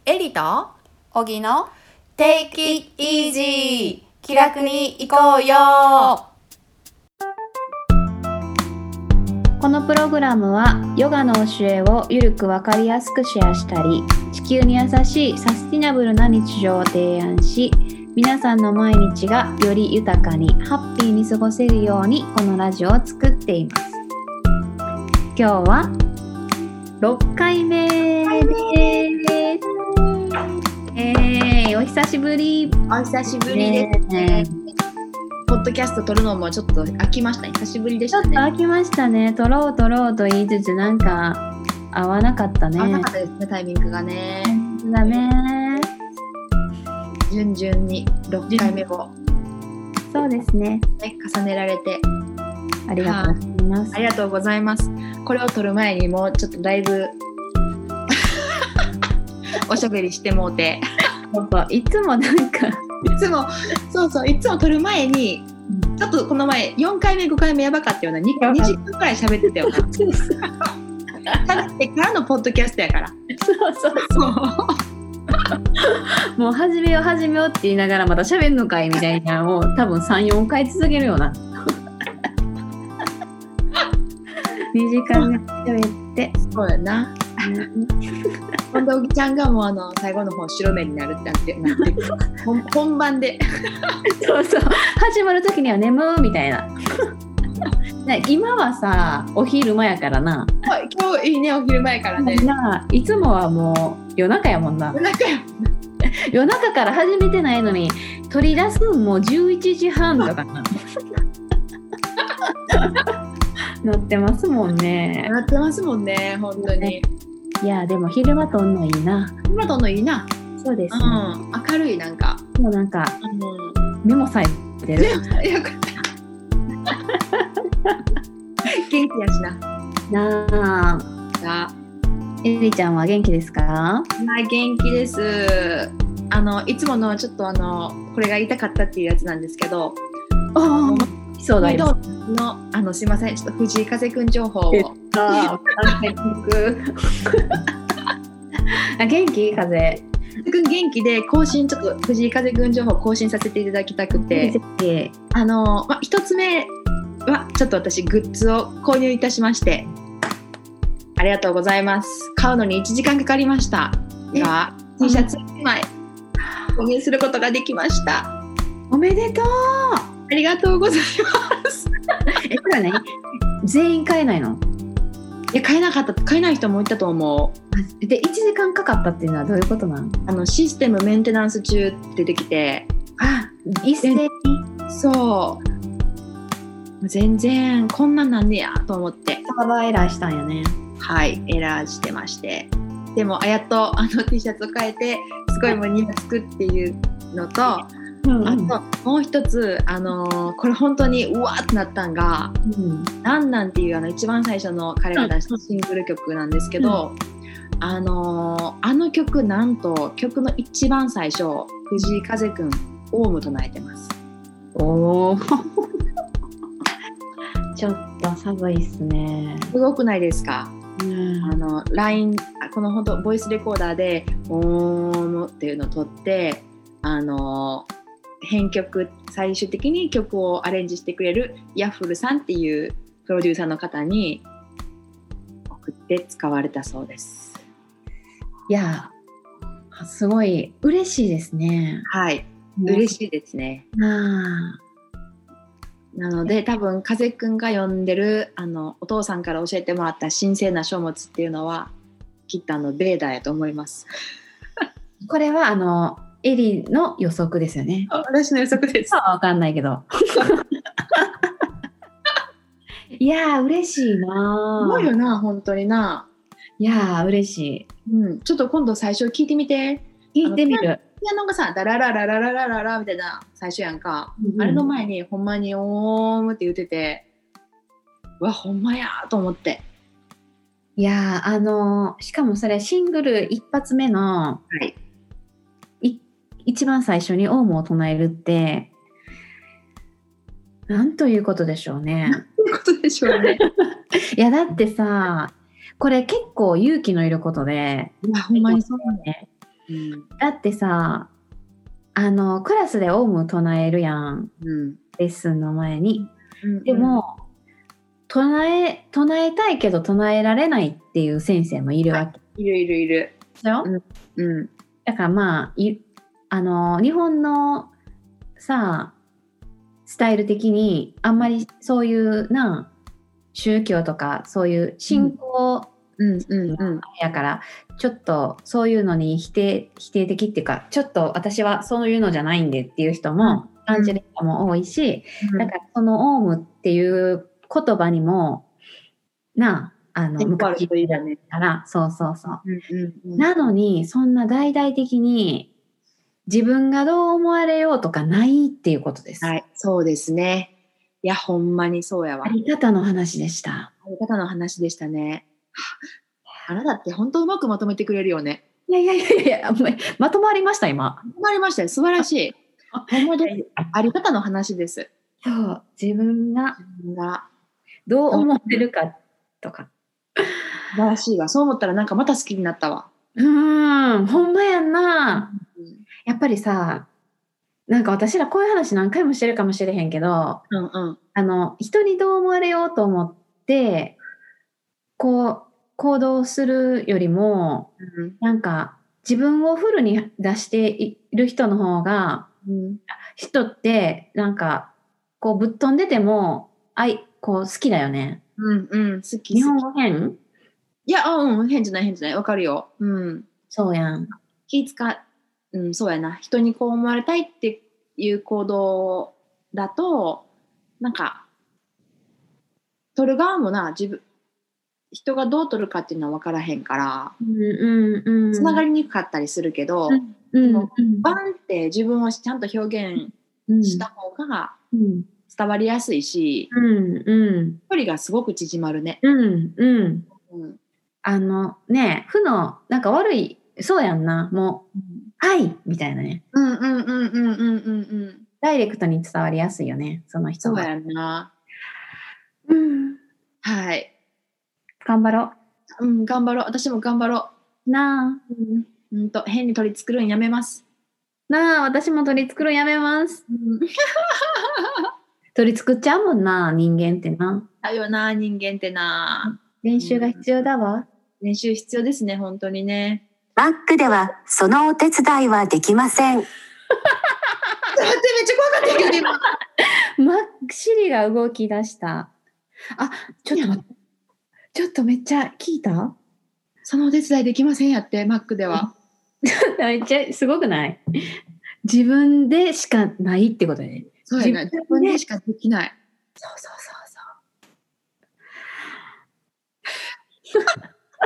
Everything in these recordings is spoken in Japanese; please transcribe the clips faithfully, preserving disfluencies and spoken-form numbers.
エリと小木の Take it easy 気楽に行こうよ。 このプログラムはヨガの教えをゆるくわかりやすくシェアしたり、地球に優しいサスティナブルな日常を提案し、皆さんの毎日がより豊かにハッピーに過ごせるようにこのラジオを作っています。今日はろっかいめです。えー、お久しぶり。 お久しぶりですね。ポッドキャスト撮るのもちょっと飽きましたね。久しぶりでしたね。 ちょっと飽きましたね。撮ろう撮ろうと言いつつなんか合わなかったね。 合わなかったですね、タイミングがね。 だね。 順々にろっかいめを、 そうですね。 ね、重ねられてありがとうございます。 ありがとうございます。これを撮る前にもうちょっとだいぶおしゃべりしてもうてそうそう、いつもなんかいつもそうそういつも撮る前にちょっとこの前よんかいめごかいめやばかったような 2, 2時間くらい喋ってたよな。喋ってからのポッドキャストやから。 そうそうそうもう始めよう始めようって言いながらまた喋んのかいみたいなのを多分 さん,よん 回続けるようなにじかんめ喋ってそうやな。ほんでおぎちゃんがもうあの最後の方白目になるってなってなって本, 本番でそうそう始まる時には眠うみたいな今はさお昼前やからな。 今日いいね、お昼前からね。 いつもはもう夜中やもんな。 夜中や夜中から始めてないのに取り出すのもじゅういちじはんとかななってますもんね。 なってますもんね、本当に。 いやでも昼間とんのいいな。 昼間とんのいいな。 そうです、ね、 うん、明るいなんか。 もうなんか、うん、目もさえてる。 よかった元気やしな。 なあ。エリちゃんは元気ですか？ はい、元気です。あのいつものちょっとあのこれが言いたかったっていうやつなんですけど、 あそうだよ。 のあのすいません、ちょっと藤井風くん情報を。 ああ元気風くん元気で更新ちょっと藤井風くん情報更新させていただきたくて、あのま一つ目はちょっと私グッズを購入いたしまして。ありがとうございます。買うのにいちじかんかかりましたが T シャツいちまい購入することができました。 おめでとう。 ありがとうございますえ、これね、全員買えないの？ いや買えなかった、買えない人もいたと思う。でいちじかんかかったっていうのはどういうことなの？ あのシステムメンテナンス中って出てきて、 あ、一斉にそう全然こんなんなんねやと思ってサーバーエラーしたんやね。 はい、エラーしてまして、でもあやっとあの T シャツを変えてすごい胸がつくっていうのと、うんうん、あともう一つ、あのー、これ本当にうわーってなったんが、うん、なんなんっていうあの一番最初の彼が出したシングル曲なんですけど、うん、あのー、あの曲なんと曲の一番最初藤井風くんオウム唱えてます。 おーちょっと寒いっすね。 すごくないですか？うん、あの ライン この本当ボイスレコーダーでオームっていうのを取ってあの編曲最終的に曲をアレンジしてくれるヤッフルさんっていうプロデューサーの方に送って使われたそうです。 いやすごい嬉しいですね。 はい、嬉しいですね。 あなので多分風くんが読んでるあのお父さんから教えてもらった神聖な書物っていうのはきっとあのベーダーやと思いますこれはあのエリの予測ですよね。 私の予測です。 わかんないけどいやー嬉しいな。 すごいよな本当にな。 いやー嬉しい、 うん、ちょっと今度最初聞いてみて。 聞いてみる。 ピアノがさダララララララララみたいな最初やんか、うん、あれの前にほんまにオームって言ってて、うわほんまやと思って。 いやあのしかもそれシングル一発目の、はい、い一番最初にオウムを唱えるってなんということでしょうね。 なんということでしょうねいやだってさこれ結構勇気のいることで、 いやほんまにそうね。 うん、 だってさ、あのクラスでオウム唱えるやん、 うん、 レッスンの前に。 うんでも、唱え唱えたいけど唱えられないっていう先生もいるわけ、 はい、いるいるいる。 だよ、 うんうん、 だからまあいあの日本のさスタイル的にあんまりそういうな宗教とかそういう信仰うんうんうん、 やからちょっとそういうのに否定否定的っていうか、ちょっと私はそういうのじゃないんでっていう人も感じる人も多いし、 うん、 だからそのオウムっていう言葉にもなあの昔から、そうそうそう、 うんうんうん、 なのにそんな大々的に自分がどう思われようとかないっていうことです。 はい、そうですね。いやほんまにそうやわ。 あり方の話でした。 あり方の話でしたね。あなたって本当うまくまとめてくれるよね。 いやいやいやいや、まとまりました今。 まとまりましたよ。素晴らしい。ほんまです。あり方の話です。 そう、自分が自分がどう思ってるかとか。 素晴らしいわ。そう思ったらなんかまた好きになったわ。 うーん、ほんまやんな。 うん、 やっぱりさ、なんか私らこういう話何回もしてるかもしれへんけど、 うんうん、 あの人にどう思われようと思ってこう行動するよりも、 うん、 なんか自分をフルに出している人の方が、 うん、 人ってなんかこうぶっ飛んでても愛こう好きだよね。 うんうん、好き。 日本語変？ いや、うん、変じゃない変じゃない。わかるよ。うん。 そうやん。 気使うん、そうやな。人にこう思われたいっていう行動だと、なんか取る側もな、自分人がどう取るかっていうのは分からへんから、 うんうんうん、 つながりにくかったりするけど、 うんうんでもバンって自分をちゃんと表現した方が伝わりやすいし、 うんうん、 距離がすごく縮まるね。 うんうんうん、 あのね、負のなんか悪い、そうやんな、もう、うん、愛みたいなね。 うんうんうんうんうんうんうん。 ダイレクトに伝わりやすいよね、その人は。 そうやんな。 うん。 はい。 頑張ろう。うん、頑張ろう。私も頑張ろう。なあ。 うん、うんと変に取り作るんやめます。 なあ、私も取り作るんやめます。うん、取り作っちゃうもんな、人間ってな。 だよな、人間ってな。 練習が必要だわ。うん、 練習必要ですね、本当にね。 マックではそのお手伝いはできません。 だってめっちゃ怖かったけど今。 マックシリが動き出した。あ、ちょっと待って。ちょっとめっちゃ聞いた？ そのお手伝いできませんやって、マックでは。 めっちゃすごくない？自分でしかないってことね。 そうやな、自分でしかできない。 そうそうそうそう。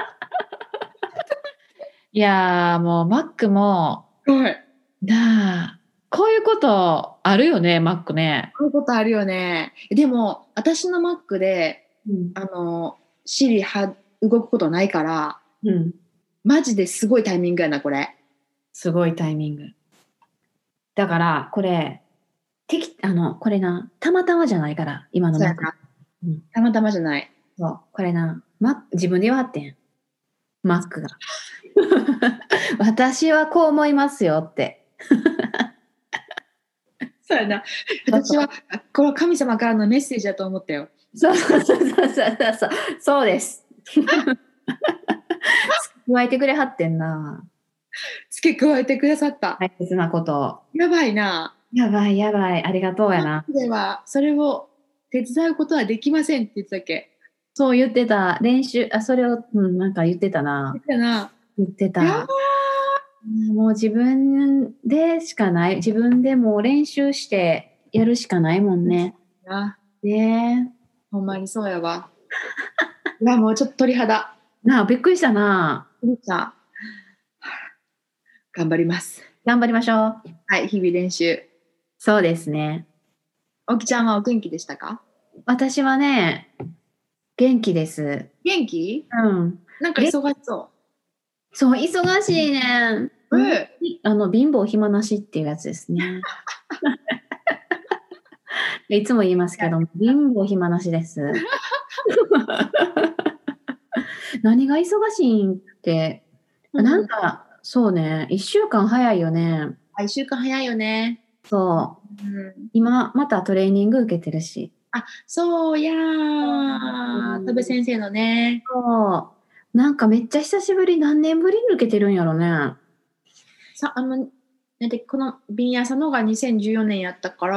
いやーもうマックも、 はい、 なあ、こういうことあるよね、マックね。 こういうことあるよね。でも私のマックで、うん、あのシリは動くことないから、うん、マジですごいタイミングやなこれ。 すごいタイミング。だからこれてきあのこれなたまたまじゃないから今のマック、 うん、たまたまじゃない。 そうこれなマ自分で言わはってんマックが私はこう思いますよってそうやな。私はこれは神様からのメッセージだと思ったよ。 そうそうそうそうそうそうそうです加えてくれはってんな。 付け加えてくださった。 大切なこと。 やばいな。 やばいやばい、ありがとうやな。 ではそれを手伝うことはできませんって言ってたっけ？ そう言ってた。練習あそれを、うん、なんか言ってたな。 言ってたな。 言ってた。もう自分でしかない。自分でもう練習してやるしかないもんね。 あねえ。 ほんまにそうやわ。いやもうちょっと鳥肌。 なあびっくりしたな。 びっくりした。頑張ります。 頑張りましょう。 はい、日々練習。 そうですね。 おきちゃんはお元気でしたか？ 私はね、元気です。 元気？ うん。 なんか忙しそう。 そう、忙しいね。 うん、 あの貧乏暇なしっていうやつですね。いつも言いますけど、貧乏暇なしです。何が忙しいんって、なんかそうね。いっしゅうかん早いよね。 あ、いっしゅうかん早いよね。 そう。 うん、 今、またトレーニング受けてるし。 あ、そうやー。戸部先生のね。 そう。なんかめっちゃ久しぶり、何年ぶりに受けてるんやろね。 さ、あの、なんで、このビンヤさんのがにせんじゅうよねんやったから、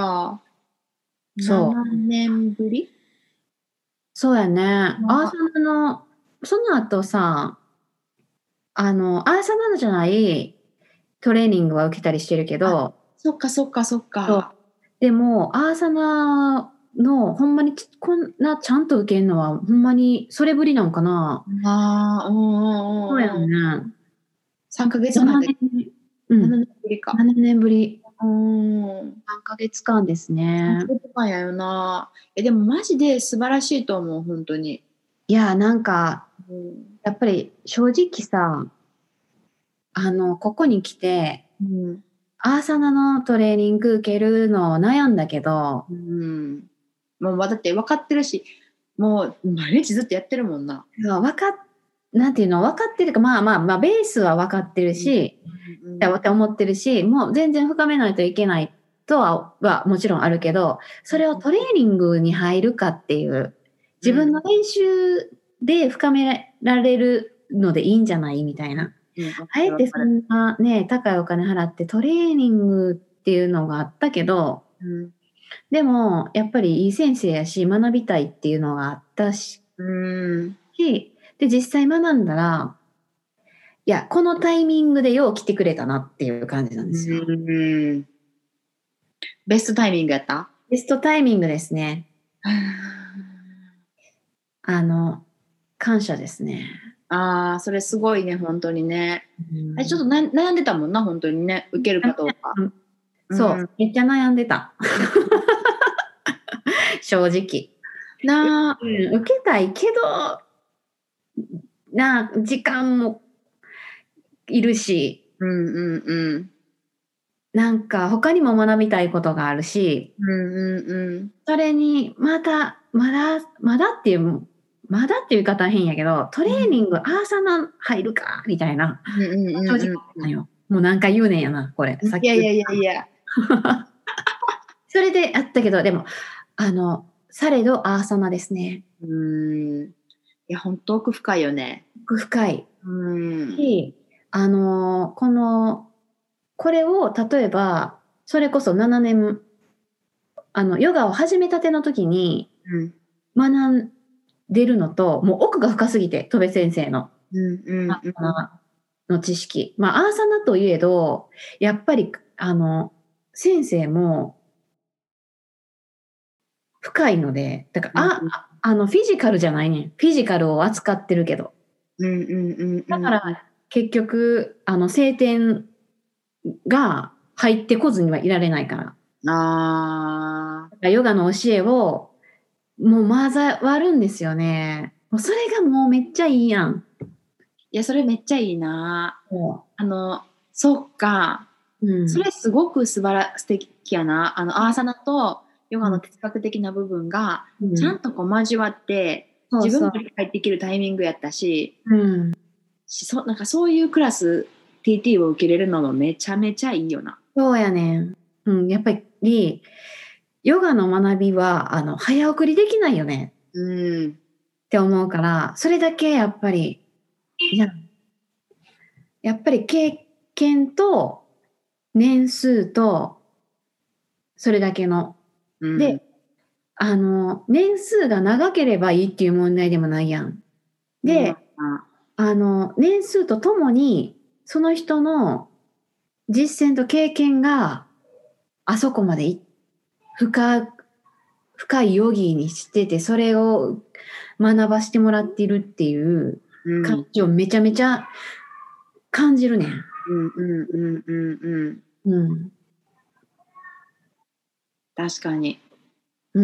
そうななねんぶりそうやね。 まあアーサナの、その後さ、あの、アーサナのじゃないトレーニングは受けたりしてるけど、 そっかそっかそっそうか。 でも、アーサナの、ほんまにちこんなちゃんと受けるのは、ほんまにそれぶりなんかな。 ああ、うんうんそうやうんうん。 んね。 さんかげつかんで、 ななねんぶり。うん。 ななねんぶりか。 ななねんぶり。 うん。 さんかげつかんですさんね。 かげつかんやよな。え、でもマジで素晴らしいと思う、本当に。 いや、なんか、 うん。 やっぱり正直さ、あの、ここに来て、 うん。 アーサナのトレーニング受けるの悩んだけど、 うん、もうだって分かってるし、もう毎日ずっとやってるもんな。 分かっ、なんていうの、分かってるか、まあまあまあ、ベースは分かってるし、 うんって思ってるし、もう全然深めないといけないとは、はもちろんあるけど、それをトレーニングに入るかっていう、自分の練習で深められるのでいいんじゃないみたいな。 うん、 あえてそんなね、高いお金払ってトレーニングっていうのがあったけど、 うん、 でもやっぱりいい先生やし、学びたいっていうのがあったし、 うん、 で、実際学んだら、いや、このタイミングでよう来てくれたなっていう感じなんですよ。 うん、ベストタイミングやったベストタイミングですね。あの、感謝ですね。 ああ、それすごいね、本当にね。 うん、 ちょっとな悩んでたもんな、本当にね、受けるかどうか。 そう、 うん、 めっちゃ悩んでた。正直。 なあ、 うん、受けたいけど、なあ、時間もいるし、 うんうんうん。 なんか他にも学びたいことがあるし、 うんうんうん。 それにまだ、まだ、まだっていう、まだっていう言い方は変やけど、トレーニング、アーサナ入るかみたいな。 うんうんうん正直なんよ。もう何回言うねんやな、これ。さっきいやいやいやいや。 それであったけど、でも、あの、されどアーサナですね。 うん。いや、本当奥深いよね。 奥深い。 うん。 し、あの、この、これを例えば、それこそななねん、あの、ヨガを始めたての時にうん学んでるのと、もう奥が深すぎて、戸部先生の、 うんうんアーサナの知識。まあ、アーサナといえど、やっぱり、あの、先生も深いので、だから、 うんあ、あの、フィジカルじゃないねん。フィジカルを扱ってるけど。 うんうんうんうん。 だから、結局、あの、聖典が入ってこずにはいられないから。 ああ。 ヨガの教えを、もう混ざるんですよね。もうそれがもうめっちゃいいやん。 いや、それめっちゃいいな。 そあの、そっか。 う。うん。 それすごく素晴ら素敵やな。あの、アーサナとヨガの哲学的な部分が、 うん、 ちゃんとこう交わって、 そうそう自分が理解できるタイミングやったし、 うん。 しそなんかそういうクラス ティーティー を受けれるのもめちゃめちゃいいよな。 そうやねん。うん。やっぱり、ヨガの学びは、あの、早送りできないよね。 うん。 って思うから、それだけやっぱり、いや、やっぱり経験と年数と、それだけの。 うん、 で、あの、年数が長ければいいっていう問題でもないやん。で、 うん、 あの、年数とともに、その人の実践と経験があそこまでい深、深いヨギにしてて、それを学ばしてもらっているっていう感じをめちゃめちゃ感じるねん。 うんうんうんうんうん。 うん。 確かに。 うん。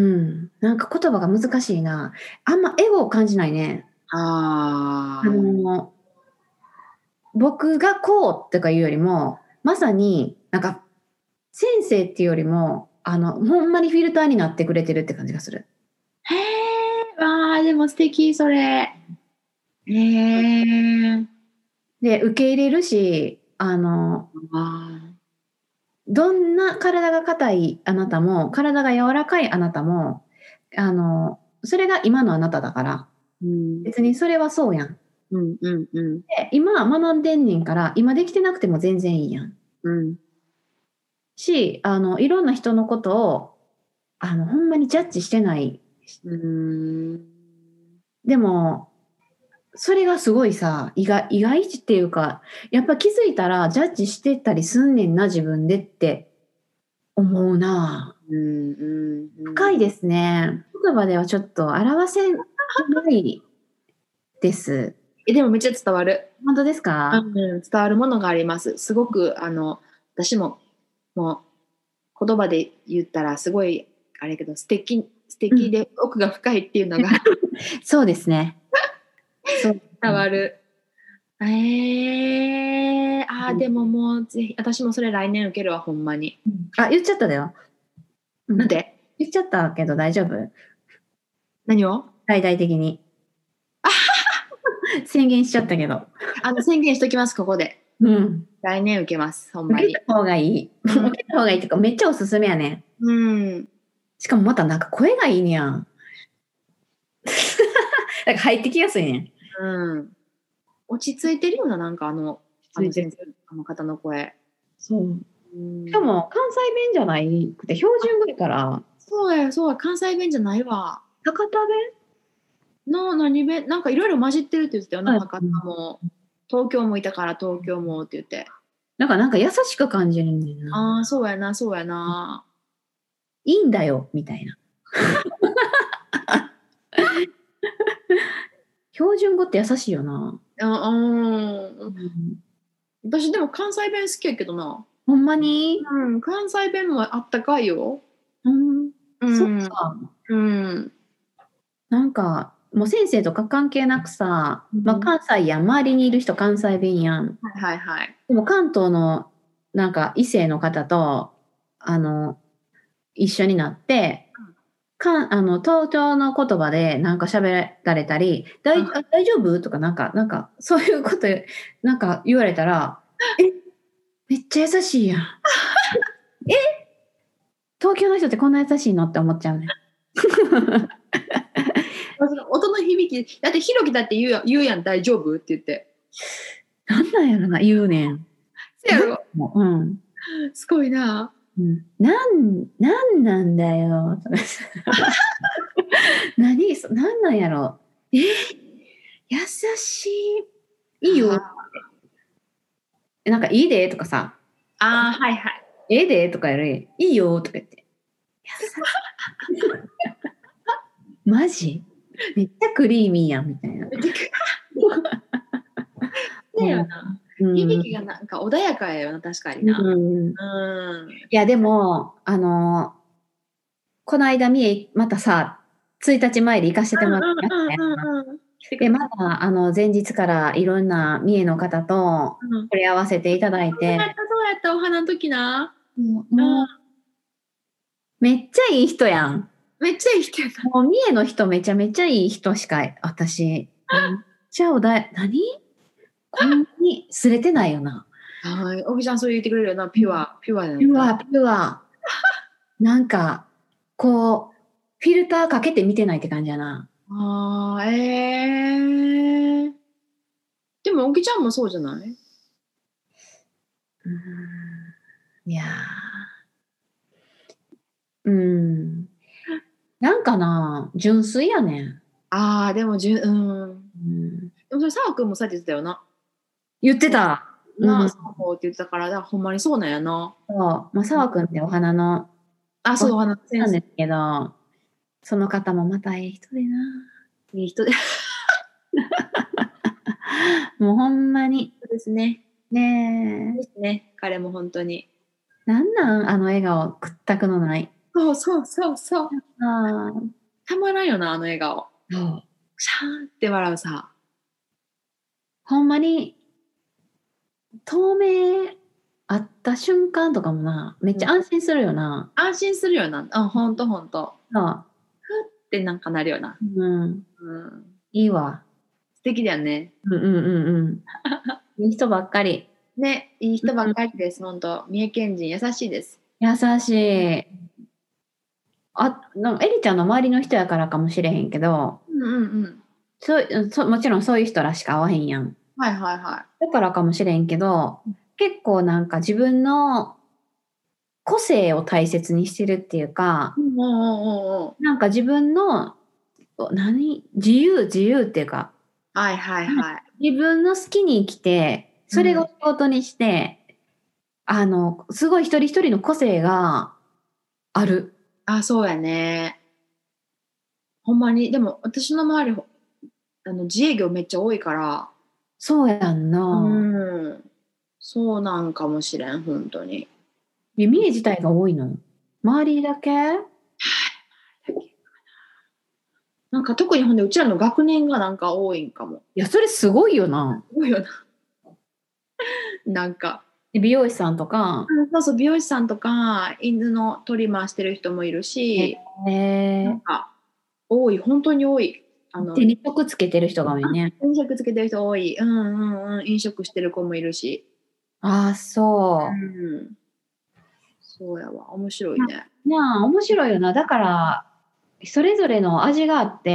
なんか言葉が難しいな。あんまエゴを感じないね。 ああの、僕がこうとかいうよりも、まさになんか先生っていうよりも、あの、ほんまにフィルターになってくれてるって感じがする。 へえ、わあ、でも素敵、それ。へえ。 で、受け入れるし、 あのあどんな体が硬いあなたも体が柔らかいあなたもあのそれが今のあなただからうん別にそれはそうやん。 うんうんうんで今学んでんねんから今できてなくても全然いいやん。 うんしあのいろんな人のことをあのほんまにジャッジしてない。 うんでもそれがすごいさ意外意外っていうかやっぱ気づいたらジャッジしてたりすんねんな自分でって思うな。 うんうん深いですね。言葉ではちょっと表せないです。 えでもめっちゃ伝わる。 本当ですか？ うん、伝わるものがあります。すごくあの私ももう言葉で言ったらすごいあれやけど素敵素敵で奥が深いっていうのがそうですね。そう伝わる。えー、あーでももうぜひ私もそれ来年受けるわほんまに。 あ、言っちゃっただよ。うんなんで？ 言っちゃったけど大丈夫？ 何を？ 大々的に。宣言しちゃったけど。 あの宣言しときますここで。 うん。 来年受けますほんまに。 受けた方がいい。 うん受けた方がいいっていうかめっちゃおすすめやね。 うん。 しかもまたなんか声がいいねやん。なんか入ってきやすいねん。 うん。落ち着いてるようななんかあのあの落ち着いてる先生あの方の声。 そう。 うんしかも関西弁じゃないくて標準語やから。 そうやそうや関西弁じゃないわ。 博多弁？ の何弁なんかいろいろ混じってるって言ってたよな、 はい博多も東京もいたから東京もって言って。 なんかなんか優しく感じるんだよな。 ああそうやなそうやな。 いいんだよみたいな。標準語って優しいよな。 うんうん。私でも関西弁好きやけどな。 ほんまに？ うん関西弁もあったかいよ。 うん。 うんそっか。 うんなんかもう先生とか関係なくさ、 うんまあ、関西やん周りにいる人関西弁やん。 はいはいはい。 でも関東のなんか異性の方とあの一緒になって、かんあの東京の言葉でなんか喋られたり「大うんあ大丈夫?」とかなんかなんかそういうことなんか言われたら「えめっちゃ優しいやん」え東京の人ってこんな優しいのって思っちゃうね。 その音の響きだってひろきだって言うや言うやん大丈夫って言って。 なんなんやろな言うねん。 せやろ。 もううんすごいな。 うん、なんなんなんだよ。何そなんなんやろ。え優しい。いいよ。 あえなんかいいでとかさ、 あーはいはい。 ええでとかよりいいよとか言って。優しい。マジ？めっちゃクリーミーやんみたいな。 だよな。 うん響きがなんか穏やかやよな確かにな。 うんうん。 いやでもあのこの間三重またさついたち参り行かせてもらってうんうんねうんうんでまたあの前日からいろんな三重の方とうん触れ合わせていただいて、 そうやったそうやったお花の時な。 もうもうめっちゃいい人やん。 めっちゃいい人やな。 もう三重の人めちゃめちゃいい人しか私めっちゃおだい何こんなにすれてないよな。 はい。おぎちゃんそう言ってくれるよな。ピュア、ピュアなの。 ピュアピュアなんかこうフィルターかけて見てないって感じやな。 ああ、ええー。でもおぎちゃんもそうじゃない？ うーんいやーうんなんかな純粋やねん。 ああ、でもじゅ、うん。 うんでもそれ澤くんもさって言ってたよな。 言ってた。 なあ、 うんそうって言ってたから、だからほんまにそうなんやな。 そうまあ澤くんってお花のあ、そう、お花先生。 なんですけどその方もまたええ人でないい人でもうほんまにそうですね。 ねえですね。彼も本当に。 なんなんあの笑顔くったくのない。 そうそうそうそう。 あたまらんよな、あの笑顔。 そうシャーンって笑うさ。 ほんまに透明あった瞬間とかもなめっちゃ安心するよな。 安心するよな。うん、ほんとほんと。 そってなんかなるよな。 う、うん、 うん。 いいわ。 素敵だよね。 うんうんうんうん。いい人ばっかり。 ね、いい人ばっかりです、本当。三重県人優しいです。 優しい。あ、なんかエリちゃんの周りの人やからかもしれへんけど、 うんうんうん。 そうそもちろんそういう人らしか会わへんやん。 はいはいはだからかもしれんけど、結構なんか自分の個性を大切にしてるっていうかい。、うんうんうんうん。 なんか自分の何自由自由っていうか、 はいはいはい。 自分の好きに生きて、それを仕事にして、あのすごい一人一人の個性がある。 あ、そうやね。ほんまに、でも私の周り、ほあの自営業めっちゃ多いから、 そうやんうな。 ん、そうなんかもしれん、本当に。 で三重自体が多いの？周りだけ？ なんか特にほんで、うちらの学年がなんか多いんかも。 いや、それすごいよな。 すごいよな。なんか。 で美容師さんとか。 そうそう、美容師さんとか、犬のトリマーしてる人もいるし、 へー。 なんか、多い、本当に多い。あの、 手に職つけてる人が多いね。 飲食つけてる人多い。うんうんうん。飲食してる子もいるし。 ああ、そう。 うん。そうやわ。面白いね。 なあ、面白いよな。だから、それぞれの味があって、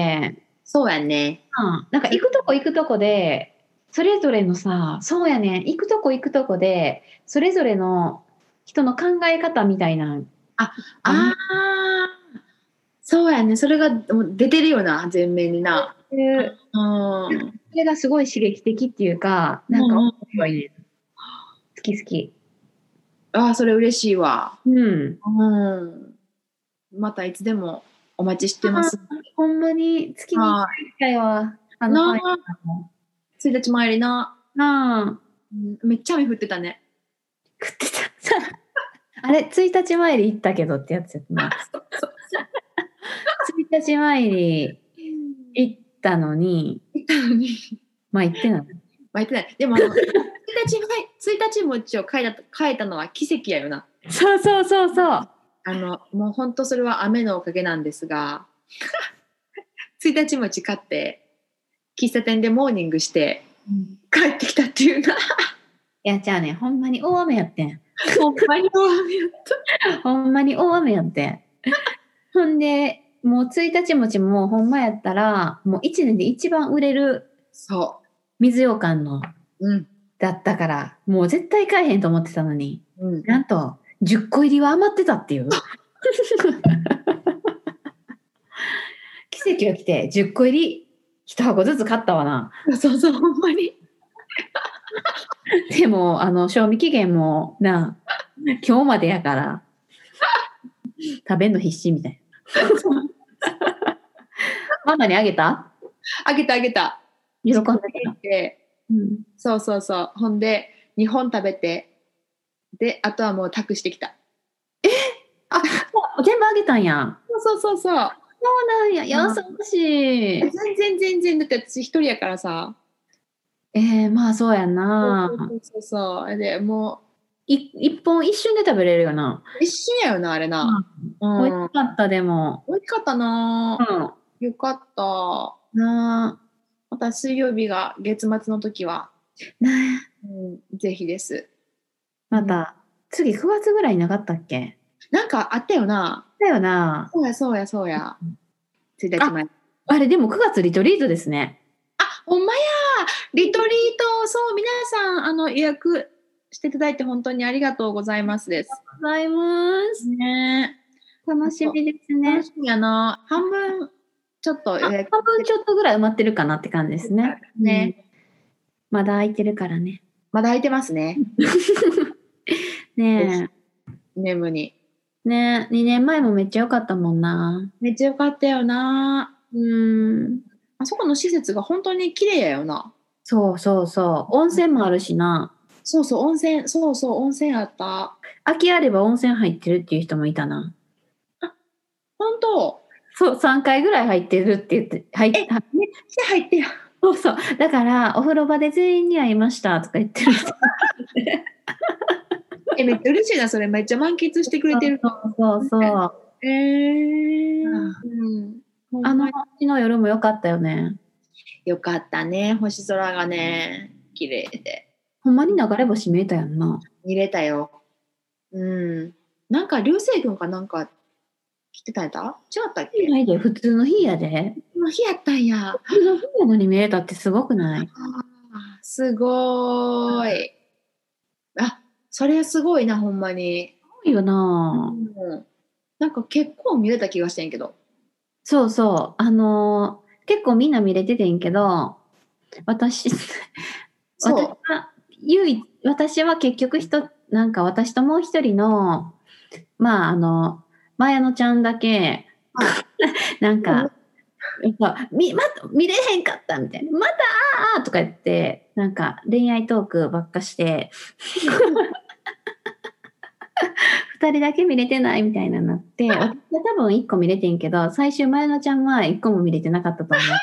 そうやね。 うん、なんか行くとこ行くとこで、それぞれのさ、そうやね、行くとこ行くとこで、それぞれの人の考え方みたいな、 あ、ああ、そうやね。それがもう出てるよな、前面にな。 そういううん。 それがすごい刺激的っていうか、なんか面白いね。好き好き。 ああ、それ嬉しいわ。 うん。 うん。またいつでもお待ちしてます。 ほんまに月にいっかいぐらいは、あの、 なはいあ、ついたち参りな。 なあ、 うんめっちゃ雨降ってたね。 食ってた。あれ、ついたち参り行ったけどってやつやったな。ついたち参り行ったのに、 行ったのに。 まあ行ってない。 まあ、行ってない。でもあの、ついたち前、ついたち餅を変えた、変えたのは奇跡やよな。 そうそうそうそう。 あの、もう本当それは雨のおかげなんですが、ついたち餅買って、喫茶店でモーニングして、帰ってきたっていうな。 いや、じゃあね、ほんまに大雨やってん。 ほんまに大雨やった。 ほんまに大雨やってん。ほんで、もうついたち餅もほんまやったら、もういちねんで一番売れるそ水羊羹のう。うん。 だったから、もう絶対買えへんと思ってたのに、 うん。 なんとじゅっこ入りは余ってたっていう。奇跡が来てじゅっこ入りいち箱ずつ買ったわな。 そうそう、ほんまに。 でも、あの、賞味期限もな、今日までやから、食べんの必死みたいな。ママにあげた？ あげたあげた。 喜んでた。 で、 うん、 そうそうそう。ほんで、にほん食べて、で、あとはもう託してきた。 あ、全部あげたんや。 そうそうそうそう。 そうなんや、優しい。 全然全然、だって私一人やからさ。 えー、まあそうやな。 そうそうそう。で、もい一本一瞬で食べれるよな。 う、一瞬やよな、あれな。 うん、美味しかった、でも。 美味しかったな、 うん。 よかった。 なあ。 また水曜日が月末の時は、 ねうん、ぜひです。 また、次くがつぐらいなかったっけ？ なんかあったよな。 だよな。 そうやそうやそうや。ついたちまえ。 あれ、でもくがつリトリートですね。 あ、ほんまや。リトリート、そう、皆さん、あの、予約していただいて本当にありがとうございますです。 ありがとうございます。 ね。 楽しみですね。 楽しみやな。半分ちょっと予約。 半分ちょっとぐらい埋まってるかなって感じですね。 ね。 うん、まだ空いてるからね。 まだ空いてますね。 ねえ。 眠に。 ねえ、にねんまえもめっちゃ良かったもんな。 めっちゃ良かったよな。 うん。 あそこの施設が本当に綺麗やよな。 そうそうそう。温泉もあるしな。 そうそう、温泉、そうそう、温泉あった。 空きあれば温泉入ってるっていう人もいたな。 あ、本当？ そう、さんかいぐらい入ってるって言って、入っえ、めっちゃ入ってや。 そうそう。だから、お風呂場で全員に会いましたとか言ってる人。 え、めっちゃ嬉しいな、それ。めっちゃ満喫してくれてる。 そうそうそう。 えー、うん、 あの日の夜も良かったよね。 よかったね、星空がね、綺麗で。 ほんまに流れ星見えたやんな。 見れたよ。うん。なんか流星群かなんか来てたんやった違ったっけ？ ないで、普通の日やで。 この日やったんや。 普通の日やのに見えたってすごくない？ あーすごーい。あ、それすごいな、ほんまに。 すごいよな、 うん、なんか結構見れた気がしてんけど。 そうそう。あのー結構みんな見れててんけど、私、 そう私は、唯一、私は結局人、なんか私ともう一人の、まあ、あの、まやのちゃんだけ、なんか、やっぱ見、ま、見れへんかったみたいな。またあーとか言って、なんか恋愛トークばっかして、二人だけ見れてないみたいなのになって、私は多分一個見れてんけど、最終前野ちゃんは一個も見れてなかったと思う。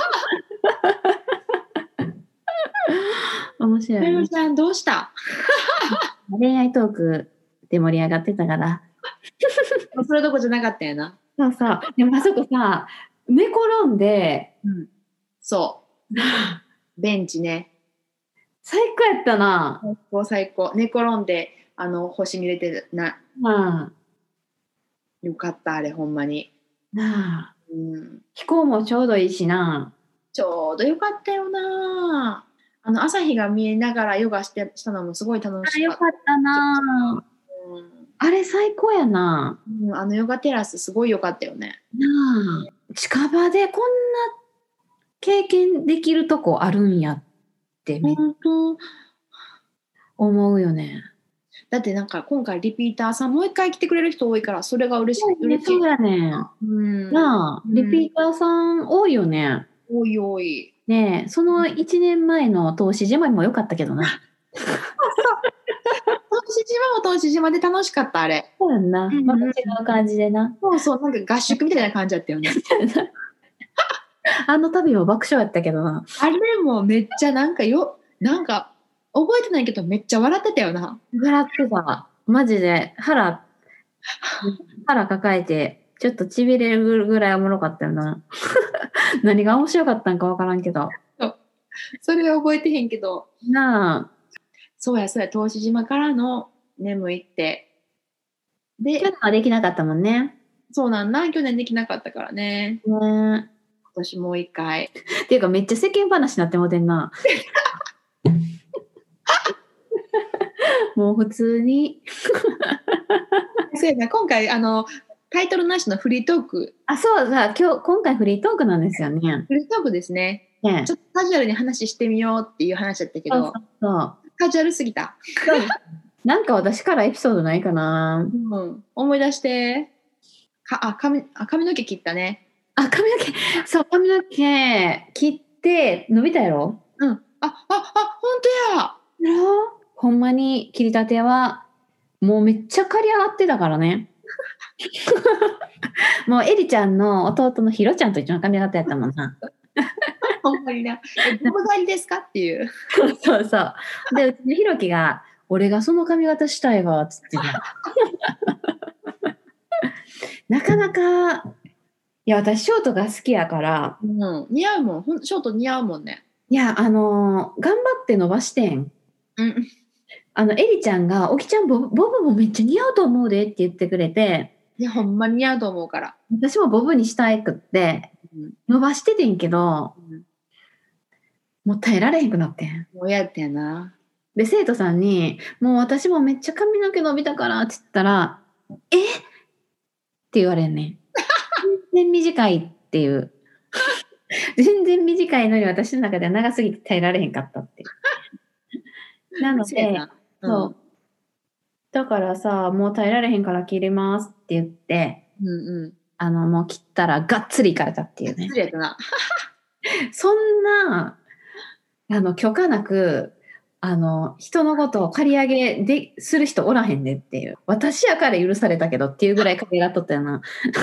面白い、ね。 まやのちゃんどうした？ 恋愛トークで盛り上がってたから。 それどこじゃなかったんやな。 そうそう。でもあそこさ、寝転んで、 うん、そう。ベンチね。 最高やったな。 最高最高。寝転んで、あの、星見れてるな。 まあ、 よかった、あれ、ほんまに。 なあ、 うん、 気候もちょうどいいしな。 ちょうどよかったよな。あの、朝日が見えながらヨガしてしたのもすごい楽しかった。 あ、よかったな。 うん、 あれ最高やな。 うん、あのヨガテラスすごい良かったよね。 なあ、近場でこんな経験できるとこあるんやってめ本当。 思うよね。 だってなんか今回リピーターさんもう一回来てくれる人多いからそれが嬉しい。嬉しい。 そうやね。 うん、 なあ、リピーターさん多いよね。 多い多い。 ねえ、そのいちねんまえの投資島も良かったけどな。 投資島も投資島で楽しかったあれ。 そうやんな。 うんまた違う感じでな。 そうそう、なんか合宿みたいな感じだったよね。 あの旅も爆笑やったけどな。 あれもめっちゃなんかよ、なんか覚えてないけどめっちゃ笑ってたよな。 笑ってた。マジで腹、腹抱えて、ちょっとちびれるぐらいおもろかったよな。何が面白かったんかわからんけど。 それは覚えてへんけど。 なあ。 そうやそうや、投資島からの眠いって。で、 去年はできなかったもんね。 そうなんだ。去年できなかったからね。 ね今年もう一回。 っていうかめっちゃ世間話になってもてんな。もう普通に。 そうやな、今回あのタイトルなしのフリートーク。 あ、そうだ、今日、今回フリートークなんですよね。 フリートークですね。 ねちょっとカジュアルに話してみようっていう話だったけど、 そうそうそうカジュアルすぎた。 なんか私からエピソードないかな。 うん、思い出して。かあ髪あ髪の毛切ったね。 あ、髪の毛、そう、髪の毛切って伸びたやろ。 うん。あ、あ、あ、本当や。 やろ？ほんまに切りたては、もうめっちゃ刈り上がってたからね。もうエリちゃんの弟のヒロちゃんと一緒の髪型やったもんな。 ほんまにな。え、どこがいいですかっていう。 そうそう。で、うちのヒロキが、俺がその髪型したいわ、つってた。なかなか、いや、私、ショートが好きやから、 うん、似合うもん。ほんショート似合うもんね。 いや、あのー頑張って伸ばしてん。 うん。 あの、エリちゃんが、おきちゃんボブ、ボブもめっちゃ似合うと思うでって言ってくれて、 いや、ほんまに似合うと思うから。 私もボブにしたいくって、 うん伸ばしててんけど、 うん、 もう耐えられへんくなってん。 もう嫌やったよな。 で、生徒さんに、もう私もめっちゃ髪の毛伸びたからって言ったら、えって言われんねん。全然短いっていう。全然短いのに私の中では長すぎて耐えられへんかったって。なので、 そうやな。うんそう。だからさ、もう耐えられへんから切りますって言って、 うんうん。 あの、もう切ったらがっつりいかれたっていうね失。礼やったな。 そんな、あの、許可なく、あの、人のことを借り上げでする人おらへんねっていう。私やから許されたけどっていうぐらい借りがっとったよな。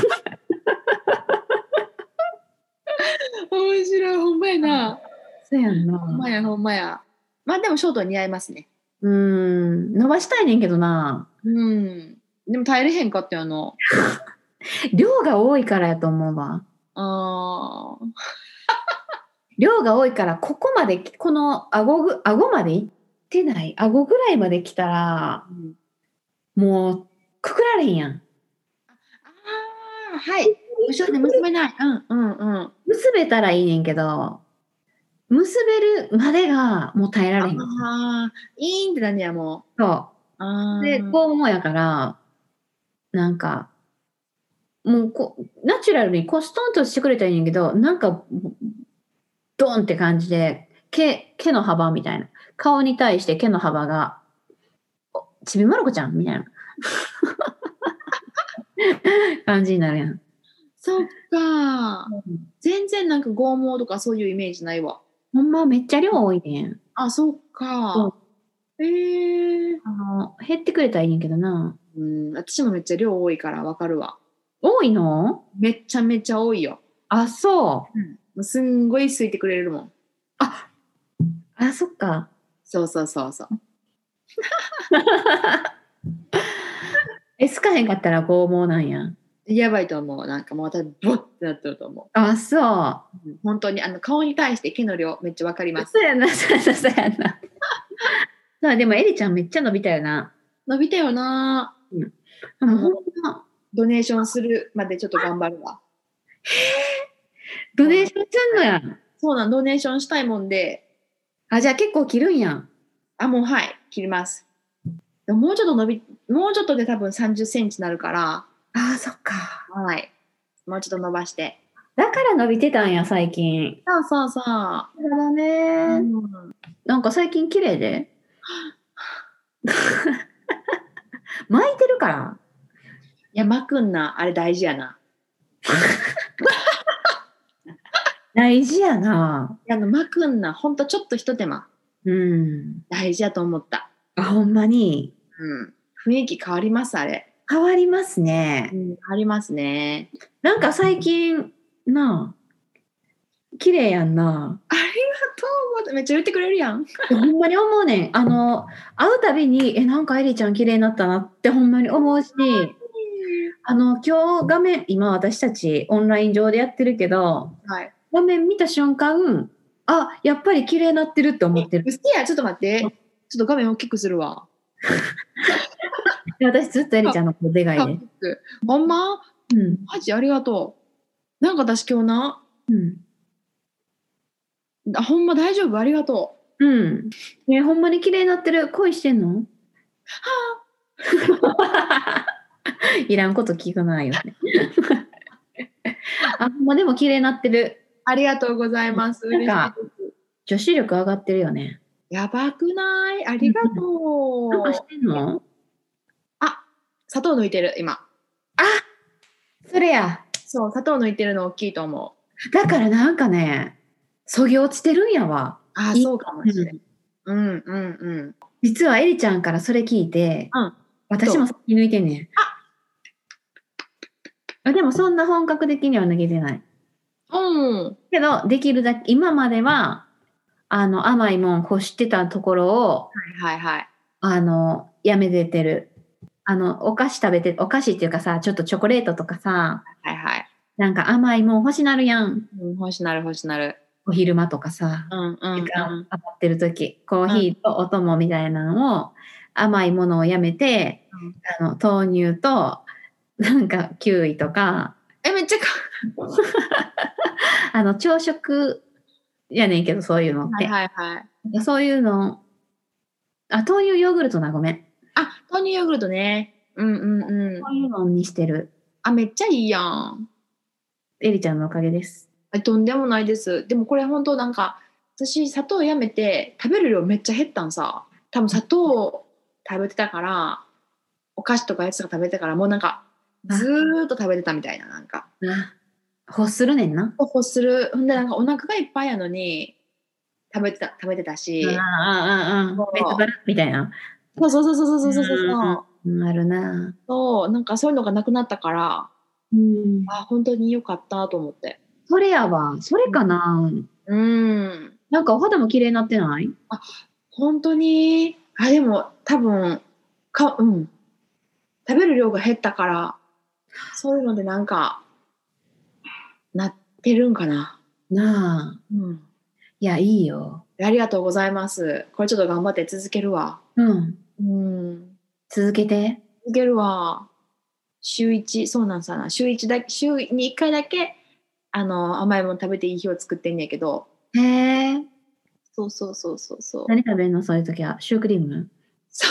面白い、ほんまやな。 そうやんな。 ほんまや、ほんまや。まあでもショート似合いますね。 うーん、伸ばしたいねんけどな。 うん。でも耐えれへんかったよな。 量が多いからやと思うわ。 あー。 量が多いから、ここまで、この顎ぐ、顎までいてない。顎ぐらいまで来たら、 うん、 もうくくられへんやん。 ああ、はい。後ろで結べない。うんうんうん。 結べたらいいねんけど、結べるまでがもう耐えられへん。 ああ、いいんってなんねや、もう。 そあう。 あ。 で、こうもやから、なんか、もうこナチュラルにこうストンとしてくれたらいいんやけど、なんか、ドンって感じで、毛、毛の幅みたいな。顔に対して毛の幅が、おちびまる子ちゃんみたいな感じになるやん。 そっか。全然なんか剛毛とかそういうイメージないわ。 ほんまめっちゃ量多いねん。 あ、そっか。ええー。 あの、減ってくれたらいいねんけどな。 うん、私もめっちゃ量多いからわかるわ。 多いの？ めっちゃめちゃ多いよ。 あ、そう。 うん、もうすんごいすいてくれるもん。 あ、あ、そっか。 そうそうそうそう。 え、好かへんかったら剛毛なんや。 やばいと思う。なんかもう私ボッってなってると思あ、そう。 う。うん、本当にあの顔に対して毛の量めっちゃわかります。 そうやな、そうやな、そうやな。そう、でもエリちゃんめっちゃ伸びたよな。 伸びたよな。 うん。でもほんま、 ドネーションするまでちょっと頑張るわ。 ドネーションすんのや。 そうなん、ドネーションしたいもんで。 あ、じゃあ結構切るんやん。 あ、もうはい、切ります。でももうちょっと伸び、もうちょっとで多分さんじゅっセンチになるから。 あ、そっか。 はい。もうちょっと伸ばして。 だから伸びてたんや、最近。 そうそうそう。 なるほどね、 うん、 なんか最近綺麗で。巻いてるから。 いや、巻くんな、あれ大事やな。 大事やな。 あの巻くんな、ほんとちょっとひと手間。 うん。 大事やと思った。 あ、ほんまに。 うん。雰囲気変わります、あれ。 変わりますね。 うん、変わりますね。 なんか最近、なあ、綺麗やんな。 ありがとう。めっちゃ言ってくれるやん。 ほんまに思うねん。あの、会うたびに、え、なんかエリちゃん綺麗になったなってほんまに思うし、あの、今日画面、今私たちオンライン上でやってるけど、 はい。 画面見た瞬間、あ、やっぱり綺麗になってるって思ってる。 うっせや、ちょっと待って。ちょっと画面大きくするわ。 私ずっとエリちゃんのことでかいで。 ほんま？ うん。 マジありがとう。なんか私今日な、 うん。 あ、ほんま大丈夫、ありがとうん。ね、ほんまに綺麗になってる。恋してんの？いらんこと聞かないよね。あ、ほんまでも綺麗になってる。 う。ありがとうございます。 なんか嬉しいです。 女子力上がってるよね。 やばくない？ありがとう。 なんかしてんの？ あ、砂糖抜いてる、今。 あ、それや。 そう、砂糖抜いてるの大きいと思う。 だからなんかね、そぎ落ちてるんやわ。 あ、 いいそうかもしれない。うんうんうん。 実はエリちゃんからそれ聞いて、 うん。 私も先抜いてんねん。あ、でもそんな本格的には抜けてない。 うん。 けど、できるだけ、今までは、あの、甘いもん欲してたところを、 はいはい。 あの、やめててる。あの、お菓子食べて、お菓子っていうかさ、ちょっとチョコレートとかさ、 はいはい。 なんか甘いもん欲しなるやん。 うん、欲しなる欲しなる。 お昼間とかさ、 うんうんうん。 時間余ってる時、コーヒーとお供みたいなのを、甘いものをやめて、 うん、 あの、豆乳と、なんか、キウイとか、 え、めっちゃかあの、朝食やねんけど、そういうのって。 はいはいはい。 そういうの、あ、豆乳ヨーグルトな、ごめん。 あ、豆乳ヨーグルトね。うんうんうん。 そういうのにしてる。 あ、めっちゃいいやん。 エリちゃんのおかげです。 あ、とんでもないです。でもこれ本当なんか、私砂糖やめて食べる量めっちゃ減ったんさ。多分砂糖食べてたから、お菓子とかやつとか食べてたから、もうなんか、ずーっと食べてたみたいな、なんか。 欲するねんな。 欲する。ほんでなんかお腹がいっぱいやのに、食べてた、食べてたし。 ああ、ああ、別腹みたいな。 そうそうそうそうそうそうそうそう。 なるな。 そう、なんかそういうのがなくなったから、 うん、 あ、本当に良かったと思って。 それやわ。それかな。 うん。 なんかお肌も綺麗になってない？ あ、本当に。あ、でも多分、か、うん。食べる量が減ったから、そういうのでなんか、なってるんかな。 なあ。 うん。 いいや、いいよ。 ありがとうございます。これちょっと頑張って続けるわ。 うん。 うん。 続けて。 続けるわ。週いち、そうなんさな。週いちだけ、週にいっかいだけ、あの、甘いもの食べていい日を作ってんねんけど。 へえ。 そうそうそうそうそう。 何食べるのそういう時は。シュークリーム？ そう。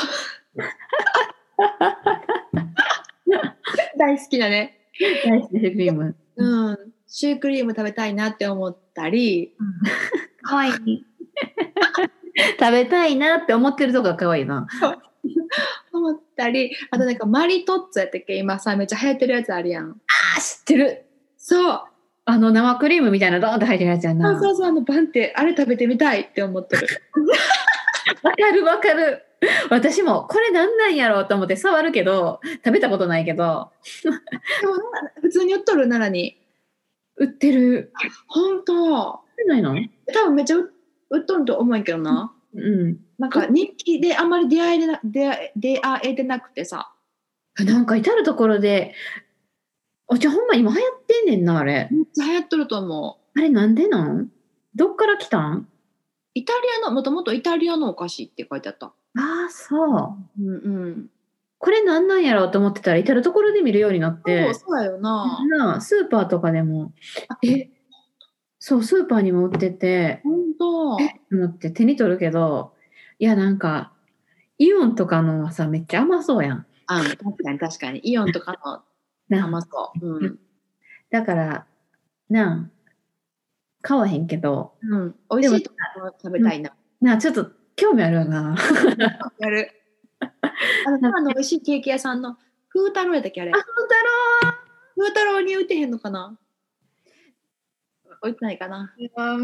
大好きだね。 大好き、シュークリーム。 うん。シュークリーム食べたいなって思ったり。 かわいい。食べたいなって思ってるとこがかわいいな。 思ったり、あとなんかマリトッツォやったっけ、今さめっちゃ流行ってるやつあるやん。 あー、知ってる。 そう。 あの生クリームみたいなドーンって入ってるやつやな。 そうそうそう、あのバンってあれ食べてみたいって思ってる。 わかるわかる。私もこれなんなんやろうと思って触るけど、食べたことないけど。 でも普通に売っとる奈良に。 売ってる。 本当。売ってないの？ 多分めっちゃ売っとると思うんやけどな。 うん。 なんか人気であんまり出会えでな出出会えてなくてさ。 なんか至るところで、お茶ほんま今流行ってんねんな、あれ。 めっちゃ流行っとると思う。あれなんでなん？どっから来たん？ イタリアの、もともとイタリアのお菓子って書いてあった。 ああ、そう。 うんうん。 これなんなんやろうと思ってたら、至るところで見るようになって。 そう、そうやよな。 なあ、スーパーとかでも。え、そう、スーパーにも売ってて。 本当。 え思って手に取るけど、いやなんか、イオンとかのはさ、めっちゃ甘そうやん。 あ、確かに確かに。イオンとかの甘そう。うん。 だから、なあ、買わへんけど。 うん。美味しいとこ食べたいな。 なあ、ちょっと興味あるよな。 やる。あの、あの美味しいケーキ屋さんの風太郎やったっけあれ。 あ、風太郎。 風太郎に売ってへんのかな。置いてないかな。 うん、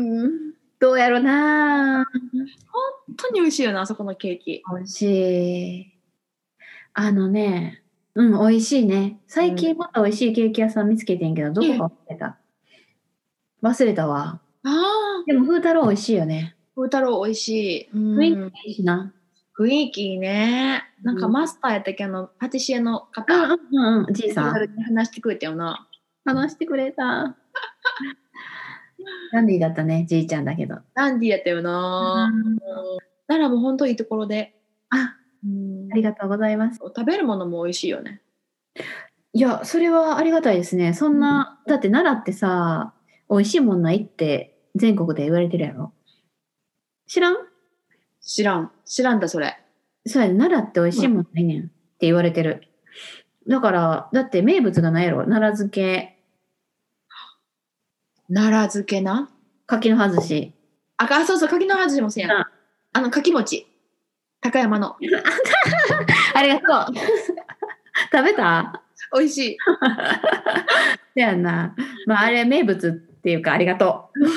どうやろな。 本当に美味しいよな、あそこのケーキ。 美味しい。あのね、うん、美味しいね。最近また美味しいケーキ屋さん見つけてんけど、どこか忘れた。忘れたわ。 ああ。 でも風太郎美味しいよね。 風太郎美味しい。 雰囲気いいしな。 雰囲気いいね。なんかマスターやったっけ、あのパティシエの方。 うんうんうん、じいさん。 話してくれたよな。 話してくれた。ダンディーだったね、じいちゃんだけど。 ダンディーやったよな。奈良も本当いいところで。 あ、うん、ありがとうございます。 食べるものも美味しいよね。 いや、それはありがたいですね。そんな、うん、だって奈良ってさ、美味しいもんないって全国で言われてるやろ。知らん？ 知らん。知らんだ、それ。 そうや、奈良って美味しいもんないねんって言われてる。だから、だって名物がないやろ。奈良漬け。 奈良漬けな。 柿の外し。 あ、そうそう、柿の外しもせやん。あ, あの、柿餅。高山の。 ありがとう。食べた？ 美味しい。 せやんな。まあ、あれ名物っていうか、ありがとう。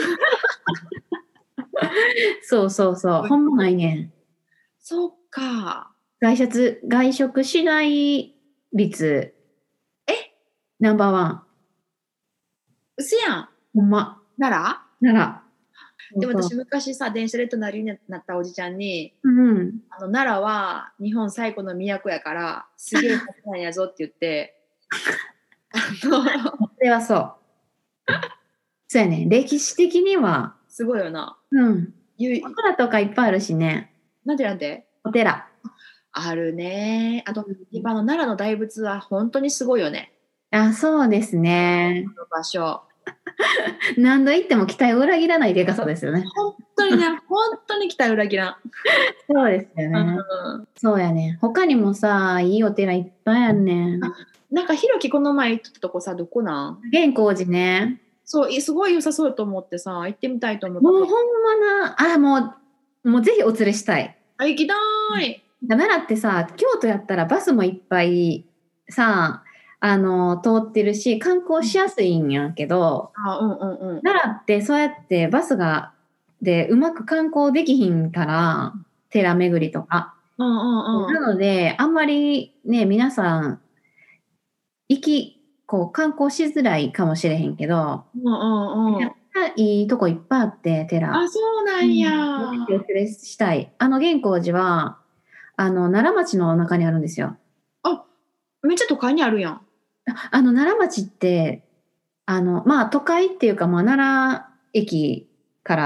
そうそうそう。ほんまないねん。 そっか。 外出、外食しない率。 え？ ナンバーワン。 うせやん。 ほんま。 奈良？奈良。でも私昔さ、電車で隣になったおじちゃんに、 うん、あの奈良は日本最古の都やから、すげえ高いんやぞって言って、 あのそれはそう。そうやね。歴史的には。 すごいよな。 うん。お寺とかいっぱいあるしね。 なんでなんで？ お寺。 あるね。あと、今の奈良の大仏は本当にすごいよね。 あ、そうですね。 この場所。 何度行っても期待を裏切らないでかさですよね。 本当にね、本当に期待を裏切らん。 そうですよね。うん、そうやね。他にもさ、いいお寺いっぱいあんねん。 なんかひろきこの前行ったとこさ、どこなん？ 玄光寺ね。 そう、すごい良さそうと思ってさ、行ってみたいと思って。 もうほんまな、あ、もう、もうぜひお連れしたい。 あ、行きたい。 奈良ってさ、京都やったらバスもいっぱいさ、あの通ってるし観光しやすいんやけど、 あ、うんうんうん、 奈良ってそうやってバスがでうまく観光できひんから寺巡りとか、 うんうんうん、 なのであんまりね皆さん行きこう観光しづらいかもしれへんけど、 うんうんうん、 いいとこいっぱいあって寺。 あ、そうなんや。 うん、お連れしたい。あの玄光寺はあの奈良町の中にあるんですよ。 あ、めっちゃ都会にあるやん。 あの奈良町ってあのまあ都会っていうか、まあ、奈良駅から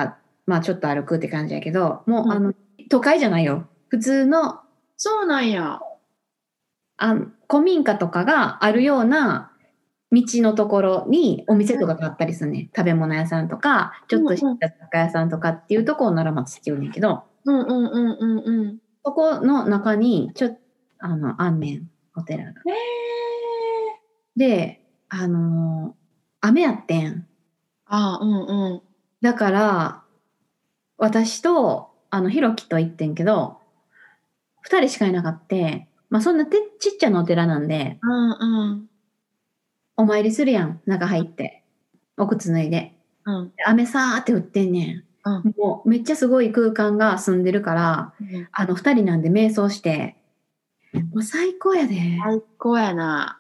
まあちょっと歩くって感じやけど、もう、 うんあの都会じゃないよ。普通のそうなんや。 あ古民家とかがあるような道のところにお店とかがあったりするね。食べ物屋さんとか、ちょっとした雑貨屋さんとかっていうところを奈良町って言うねんけど、 うんうんうんうんうん。 そこの中にちょっとあのあんねん、お寺が。 へで、あのー雨やってん。 ああ、うんうん。 だから私とあのひろきと行ってんけど、ふたりしかいなかった。まあそんなてちっちゃなお寺なんで、 うんうん。 お参りするやん、中入って。お靴脱いで。 うん雨さーって降ってんねうんん。もうめっちゃすごい空間が澄んでるから、 うん。 あのふたりなんで瞑想して、もう最高やで。 最高やな。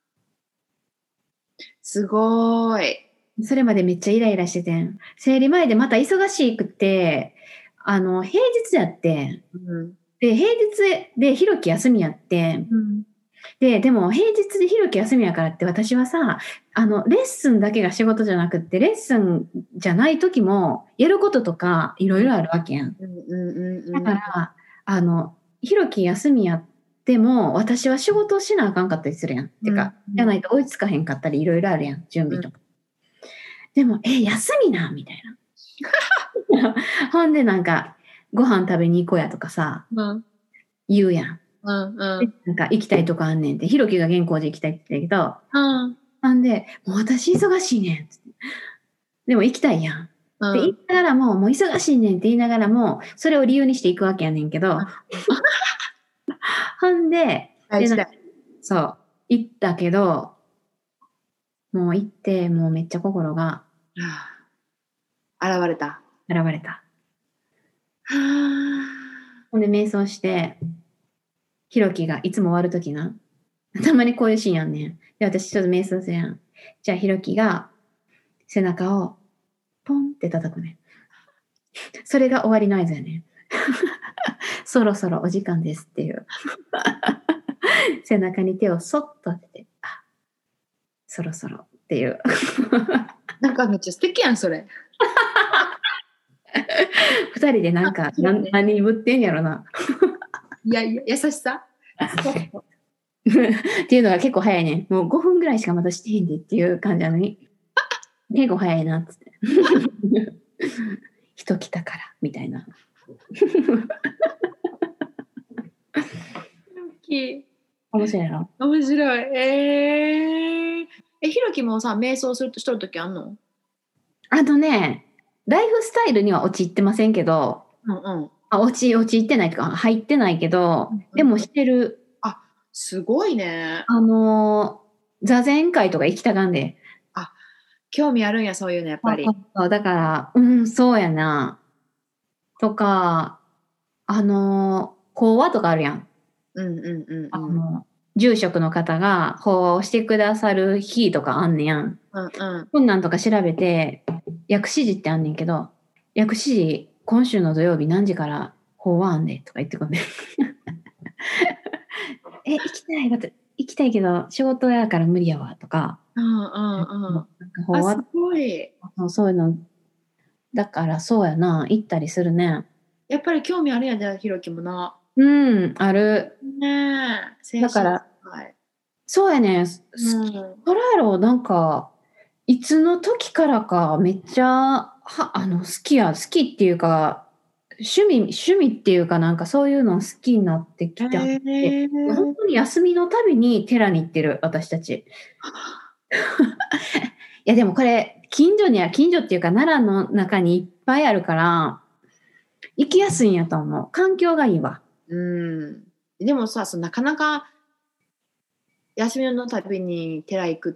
すごーい。 それまでめっちゃイライラしててん。生理前でまた忙しくて、あの、平日やってん。 うんで、平日でひろき休みやってん。 うんで、でも平日でひろき休みやからって私はさ、あの、レッスンだけが仕事じゃなくって、レッスンじゃない時もやることとかいろいろあるわけやん。 うんうんうんうん。 だから、あの、ひろき休みやっても私は仕事をしなあかんかったりするやん。てか、 うんじゃないと追いつかへんかったりいろいろあるやん、準備とか。でも、え、休みなみたいな。ほんでなんか、ご飯食べに行こうやとかさ、 うん言うやん。 うんうでんなんか行きたいとこあんねんって、ひろきが原稿で行きたいって言ってたけど、 うんなんで、もう私忙しいねんっつって。でも行きたいやん。 うん。 で、言いながらも、もう忙しいねんって言いながらも、それを理由にして行くわけやねんけど、ほんで、でなんか大事だよ。 そう、行ったけど、もう行って、もうめっちゃ心が現れた。 現れた。 はあ。 ほんで瞑想して、ひろきがいつも終わるときな。たまにこういうシーンやんねん。で、私ちょっと瞑想するやん。じゃあひろきが背中をポンって叩くねん。それが終わりの合図やねん。そろそろお時間ですっていう。背中に手をそっと当てて、あ、そろそろっていう。 なんかめっちゃ素敵やんそれ。 二人でなんか何何ぶってんやろな。 いやいや優しさ。 っていうのが結構早いね。もうごふんぐらいしかまだしてへんでっていう感じなのに、結構早いなっつって。人来たからみたいな。面白いやろ。 面白い。えー、え、ひろきもさ、瞑想するとしとるときあんの？ あのね、ライフスタイルには陥ってませんけど、 うんうん。 あ陥陥ってないとか入ってないけど、でもしてる。 すごいね。 あのー、座禅会とか行きたがんで。 あ、興味あるんや、そういうのやっぱり。 そうだから、うん、そうやな。とか、あのー、法話とかあるやん。 うんうんうんうん。 あの住職の方が法話をしてくださる日とかあんねやん。 うんうん。 こんなんとか調べて、薬師寺ってあんねんけど、薬師寺今週の土曜日何時から法話あんねんとか言ってこんねん。え、行きたい。だって行きたいけど仕事やから無理やわとか。 うんうんうん。 なんか法あ、 話すごい。 そういうの。だからそうやな、行ったりするね。 やっぱり興味あるやんじゃあ、ひろきもな。 うん、ある。 ねえ。 だから、 はい、 そうやね。 うん、 そらやろ、なんか、いつの時からかめっちゃはあの好きや、好きっていうか、趣味、趣味っていうかなんかそういうの好きになってきて、 えー、 本当に休みのたびに寺に行ってる、私たち。いやでもこれ、近所には、近所っていうか奈良の中にいっぱいあるから、行きやすいんやと思う。環境がいいわ。 うん。でもさ、そなかなか休みのたびに寺行くって、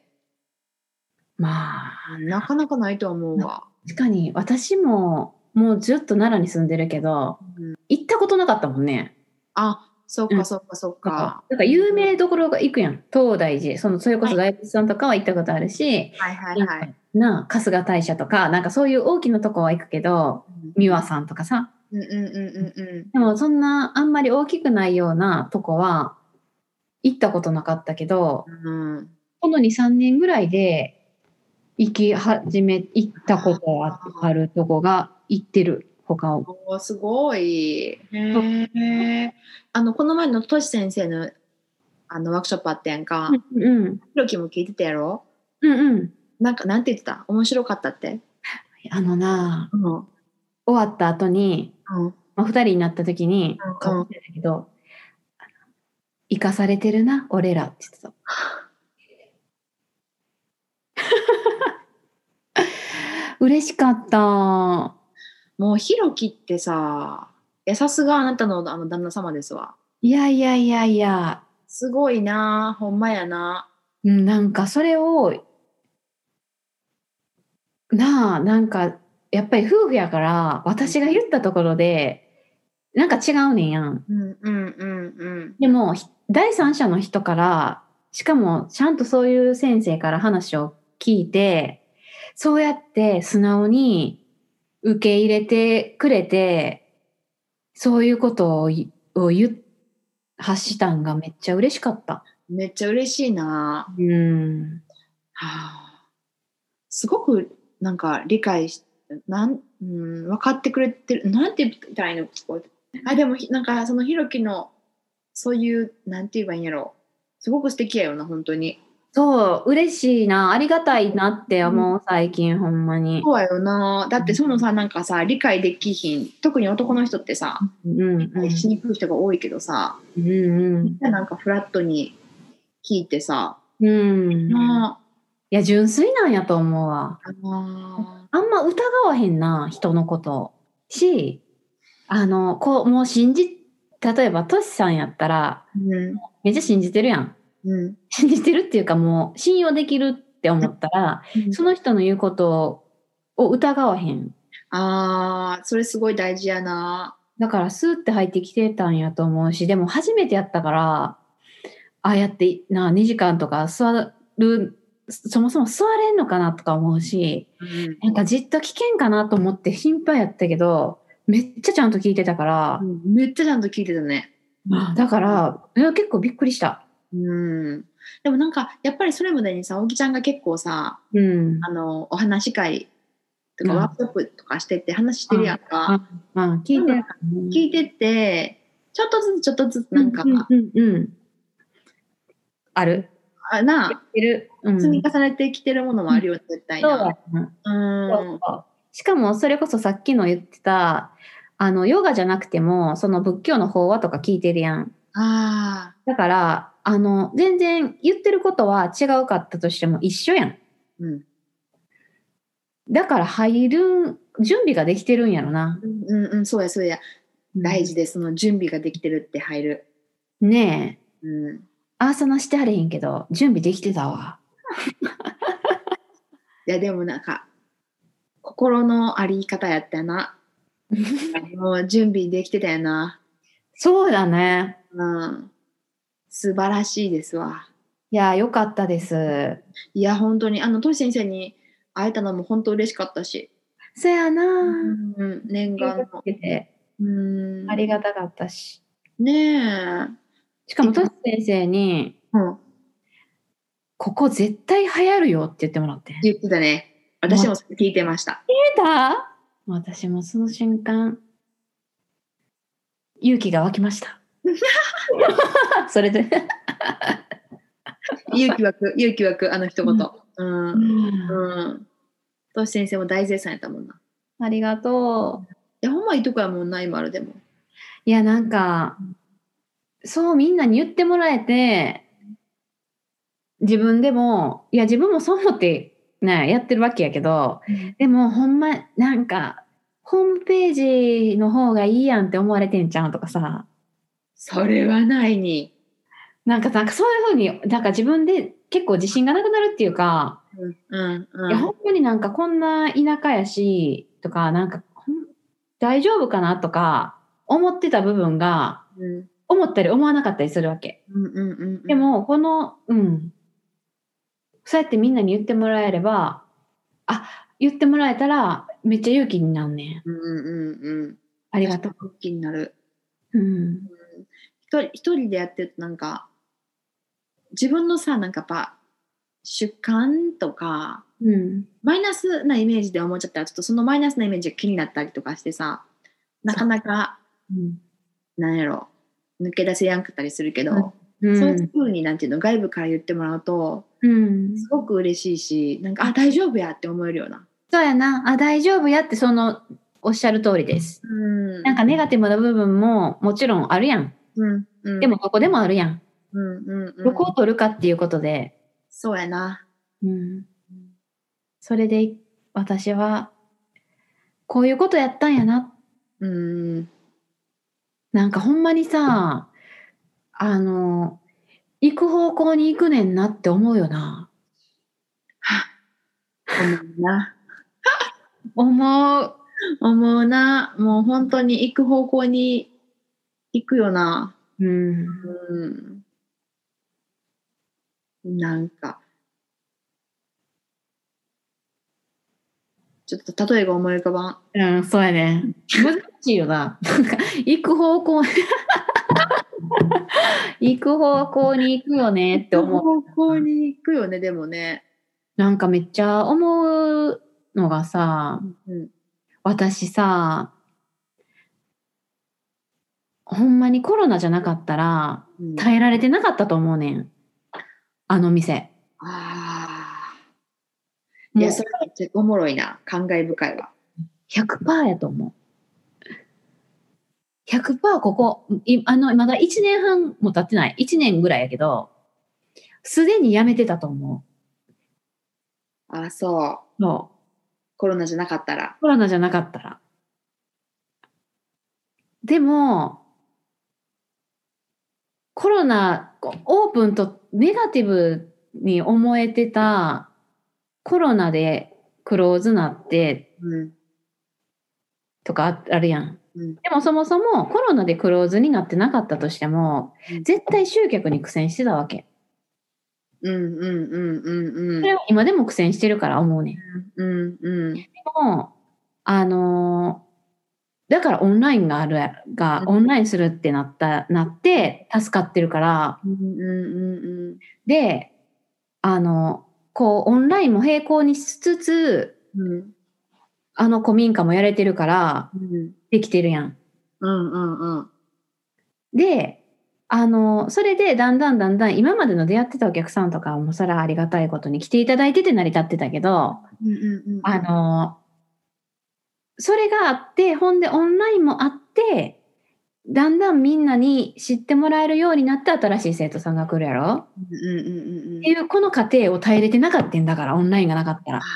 まあ、 なかなかないと思うわ。 確かに、私ももうずっと奈良に住んでるけど、うん、行ったことなかったもんね。 あ、そっかそっかそっか。 だから有名どころが行くやん。東大寺、そのそれこそ大仏さんとかは行ったことあるし、 はいはいはいはい。 な春日大社とか、なんかそういう大きなとこは行くけど、三輪さんとかさ。 うんうんうんうんうん。 でもそんなあんまり大きくないようなとこは行ったことなかったけど、うん、このに、さんねんぐらいで行き始め、行ったことあるとこが行ってる他を。 おーすごい。へえ。あのこの前のトシ先生のあのワークショップあったやんか。 うんうんひろきも聞いてたやろ。 うんうん。 なんかなんて言ってた？面白かったって。 あのな、 うん。 終わった後に、 うんまあ、ふたりになった時にうんかぶってたけど、生かされてるな俺らって言ってた。嬉しかった。 もうひろきってさ、いやさすがあなたのあの旦那様ですわ。 いやいやいやいや、 すごいな、ほんまやな。 うん、なんかそれをなあ、なんかやっぱり夫婦やから私が言ったところでなんか違うねんやん。 うんうんうんうん。 でもひ第三者の人からしかもちゃんとそういう先生から話を聞いてそうやって素直に受け入れてくれてそういうことをいを言っ発したんがめっちゃ嬉しかった。 めっちゃ嬉しいな。 うんはあ、すごくなんか理解し、なん、うん、分かってくれてる。なんて言ったらいいの？あ、でもひなんかそのひろきのそういうなんて言えばいいんやろ。すごく素敵やよな本当に。 そう嬉しいなありがたいなって思う最近ほんまに。 そうやよな。だってそのさなんかさ理解できひん。特に男の人ってさうんうん理解しにくい人が多いけどさ、 うんうんなんかフラットに聞いてさ、 うんなあ、 いや純粋なんやと思うわ。 あーあんま疑わへんな人のことしあのこうもう信じ例えばトシさんやったらうんめっちゃ信じてるやん。 うん信じてるっていうかもう信用できるって思ったら、 うんその人の言うことを疑わへん。 あーそれすごい大事やな。 だからスーって入ってきてたんやと思うし、でも初めてやったからああやってなにじかんとか座るそもそも座れんのかなとか思うし、 うんなんかじっと聞けんかなと思って心配やったけどめっちゃちゃんと聞いてたから、 うん、めっちゃちゃんと聞いてたね。 あだからいや結構びっくりした。 うんでもなんかやっぱりそれまでにさおぎちゃんが結構さうんあのお話し会とかうんワークショップとかしてって話してるやんか。 ああ聞いてる、 聞いてってちょっとずつちょっとずつなんか、 うんうんうんうんあるあなてる、うん、 積み重ねてきてるものもあるよ絶対そうだな。 なうんそうしかもそれこそさっきの言ってたあのヨガじゃなくてもその仏教の法話とか聞いてるやん。 あだからあの全然言ってることは違うかったとしても一緒やん。 うんだから入る準備ができてるんやろな。 うんうんうんそうやそうや大事でその準備ができてるって入る。 ねえうんアーサナしてはれへんけど準備できてたわ。 いやでもなんか心のあり方やったよな。もう準備できてたよな。 そうだね。 うん素晴らしいですわ。 いやよかったです。 いや本当にあのトシ先生に会えたのも本当嬉しかったし、 そやな、 うん、念願の、うん、 ありがたかったし。 ねえ。 しかもトシ先生に、 うん、 ここ絶対流行るよって言ってもらって。 言ってたね。私も聞いてました。 聞いた？私もその瞬間勇気が湧きました。それで勇気湧く勇気湧くあの一言。うんうんうん。トシ先生も大絶賛やったもんな。 ありがとう。 いやほんまいいとこやもんな今あるでも。 いやなんかそうみんなに言ってもらえて自分でもいや自分もそう思ってねやってるわけやけど、うん、でもほんまなんかホームページの方がいいやんって思われてんちゃうとかさ。 それはないに。 なんかなんかそういう風になんか自分で結構自信がなくなるっていうか、 うんうんうん、 いや本当になんかこんな田舎やしとかなんか大丈夫かなとか思ってた部分が、うん、思ったり思わなかったりするわけ。 うんうんうんうん、 でもこのうんそうやってみんなに言ってもらえればあ言ってもらえたらめっちゃ勇気になるね。 うんうんうん。 ありがとう。 勇気になる。 うん。 一人一人でやってるとなんか自分のさなんかやっぱ主観とか、 うん、 マイナスなイメージで思っちゃったらちょっとそのマイナスなイメージが気になったりとかしてさ、なかなか、 うん、 なんやろ抜け出せやんかったりするけど、 うん、 そういう風になんていうの外部から言ってもらうと、 うん、 すごく嬉しいし、なんかあ大丈夫やって思えるような。 そうやな、あ大丈夫やってそのおっしゃる通りです。 うん、 なんかネガティブな部分ももちろんあるやん。 うんうん、 でもどこでもあるやん。 うんうんうん、 どこを取るかっていうことで、 そうやな。 うん、それで私はこういうことやったんやな。 うん、 なんかほんまにさ、あの行く方向に行くねんなって思うよな。 は思うな。 思う。 思うな。もう本当に行く方向に行くよな。 うん。 うん。なんか、ちょっと例えが思い浮かばん。 うん、そうやね。難しいよな。なんか行く方向行く方向に行くよねって思う。 方向に行くよね、でもね。 なんかめっちゃ思うのがさ、 うん、 私さ、ほんまにコロナじゃなかったらうん、 耐えられてなかったと思うねん。あの店。 ああ。いもうや、それめっちゃおもろいな。感慨深いわ。 ひゃくパーセントやと思う。ひゃくパーセントここ、いあの、まだいちねんはんも経ってない。いちねんぐらいやけど、すでに辞めてたと思ああ、そう。 う。そう。 コロナじゃなかったら。 コロナじゃなかったら。でも、コロナ、オープンとネガティブに思えてたコロナでクローズなってうん。 とかああるやん。 うん。 でもそもそもコロナでクローズになってなかったとしても、 うん絶対集客に苦戦してたわけ。 うんうんうんうんうん。 それは今でも苦戦してるから思うねん。 うんうん。 でも、あのーだからオンラインがあるが、オンラインするってなった、なって助かってるから、 うんうんうんで、あの、こう、オンラインも並行にしつつ、 うんあの古民家もやれてるから、 うんできてるやん。 うんうんうん。 で、あの、それでだんだんだんだん今までの出会ってたお客さんとかもそれはありがたいことに来ていただいてて成り立ってたけど、 うんうんうん。 あの、それがあって、ほんでオンラインもあって、だんだんみんなに知ってもらえるようになって新しい生徒さんが来るやろうんうんうんうん。 っていうこの過程を耐えれてなかったんだから、オンラインがなかったら。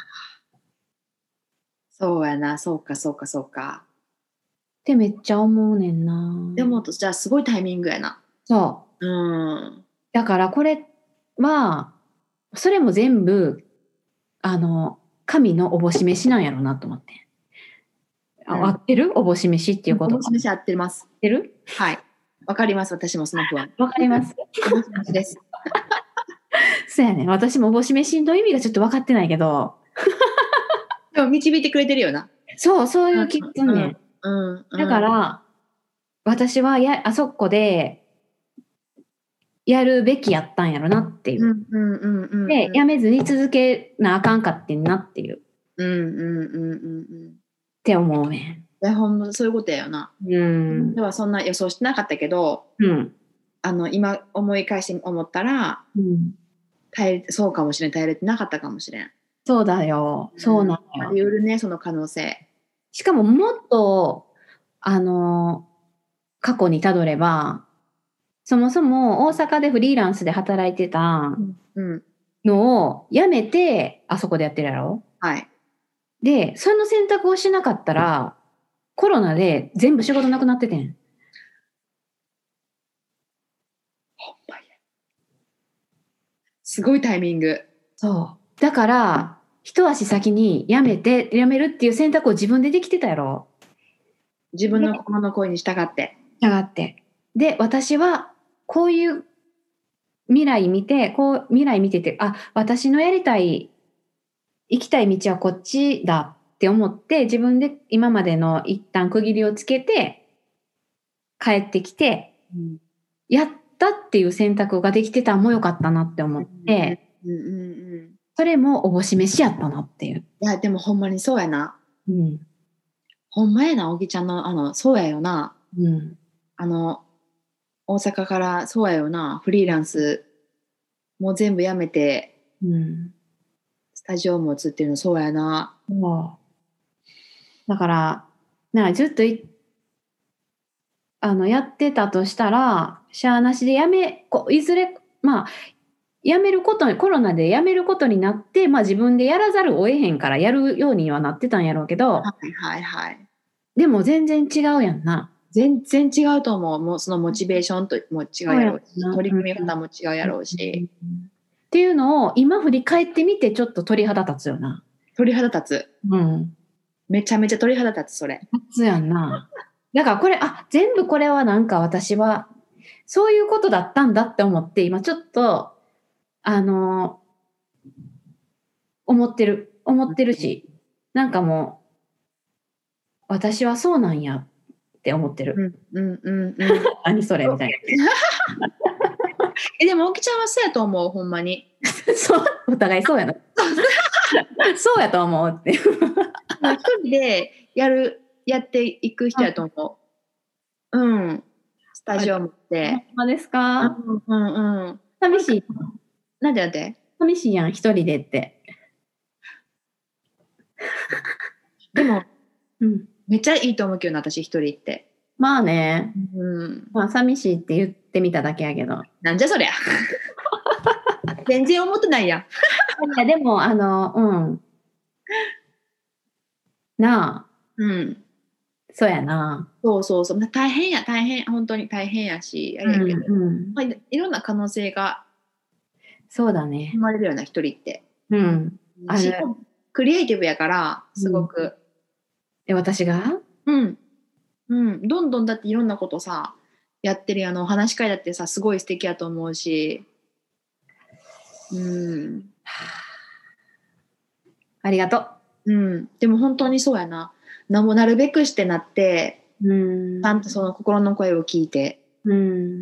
そうやな、そうかそうかそうか。 ってめっちゃ思うねんな。 でもじゃあすごいタイミングやな。 そう。 うん。 だからこれは、それも全部、あの、神のおぼし飯なんやろなと思って。あ、 うん合ってるおぼし飯っていうことおぼし飯合ってます。 合ってるはい。わかります。私もその不安。 わかりますおぼし飯です。 そうやね。私もおぼし飯の意味がちょっと分かってないけど、 でも導いてくれてるよな。 そう、そういう気がすんねん。 うんうん。 だか、ら、私はやあそこでやるべきやったんやろなっていうう。 んうんうんうん。 で、やめずに続けなあかんかってんなっていう。っうんうんうんうんうん。 て思うねいやほんまそういうことやよな。 ん。うん。 ではそんな予想してなかったけど、 うん。 あの今思い返して思ったらうん、 耐えそうかもしれん、耐えれてなかったかもしれん。 そうだよ。そうなあのよ。 り得るね、その可能性。 しかももっと、あの、過去にたどれば、そもそも大阪でフリーランスで働いてたうん。 のをやめて、あそこでやってるやろはい。 で、その選択をしなかったら、コロナで全部仕事なくなっててん。 ほんまや。すごいタイミング。 そう。だから、一足先に辞めて、辞めるっていう選択を自分でできてたやろ。 自分の心の声に従って。 従って。で、私は、こういう未来見て、こう、未来見てて、あ、私のやりたい、行きたい道はこっちだって思って、自分で今までの一旦区切りをつけて、帰ってきて、 うんやったっていう選択ができてたらもよかったなって思って、 うんうんそれもおぼし飯やったなっていう。 いやでもほんまにそうやな。 うん。 ほんまやな、おぎちゃんのあのそうやよな。 うん。 あの大阪からそうやよな、フリーランスもう全部やめて、 うん、 スタジオ持つっていうのそうやな。 そうだからなんかずっといあのやってたとしたらしゃあなしでやめこいずれまあやめることにコロナでやめることになって、まあ、自分でやらざるを得へんからやるようにはなってたんやろうけど、 はいはいはい。 でも全然違うやんな。 全然違うと思う。もうそのモチベーションとも違うやろうし、 うん、 取り組み方も違うやろうし、 うん、っていうのを今振り返ってみてちょっと鳥肌立つよな。 鳥肌立つ。 うん。 めちゃめちゃ鳥肌立つそれ。 立つやんな。だからこれあ全部これはなんか私はそういうことだったんだって思って今ちょっとあの思ってる思ってるし、なんかもう私はそうなんやって思ってる。 うんうんうんうん。 何それみたいな。 えでもおきちゃんはそうやと思うほんまに。 そうお互いそうやな。そうやと思うって。一人でやるやっていく人やと思う。うん。スタジオ持って。 ほんまですか？ うんうんうん。 寂しい。 なんでなんで？ 寂しいやん一人でって。 でも、 うん、 めっちゃいいと思うけどな私一人って。 まあね。 うん。 まあ寂しいって言ってみただけやけど。 なんじゃそりゃ。全然思ってないやん。 いやでもあのうんなあうんそうやなそうそうそう大変や大変本当に大変やしあれやけど、 うんうんまあ、いろんな可能性がそうだね生まれるような一人ってうんあれクリエイティブやからすごく、 うん、え私がうんうんどんどんだっていろんなことさやってるあのお話し会だってさすごい素敵やと思うしうんありがとう、うん、でも本当にそうやななもなるべくしてなってうんちゃんとその心の声を聞いて、 うん、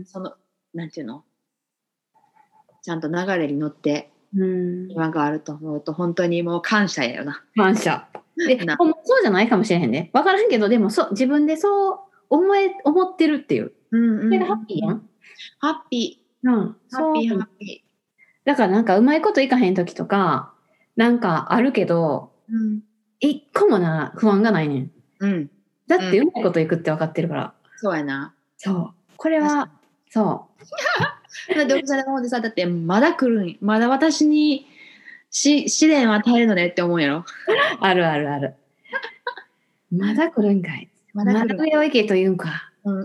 そのなんていうのちゃんと流れに乗ってうん今があると思うと本当にもう感謝やよな。 感謝でほんまそうじゃないかもしれへんね分からんけどでもそ自分でそう思え思ってるっていう、 うんうん、 それがハッピーやん。 ハッピー、うん、 ハッピーハッピーだからなんかうまいこといかへん時とかなんかあるけど、 うん、 一個もな不安がないねん、 うん、 だってうまいこといくって分かってるから、 うん、そうやなそうこれはそうだっておされもでさだってまだ来るんまだ私にし試練を与えるのねって思うやろあるあるあるまだ来るんかいまだ来るまだ上を行けと言うんか、うん、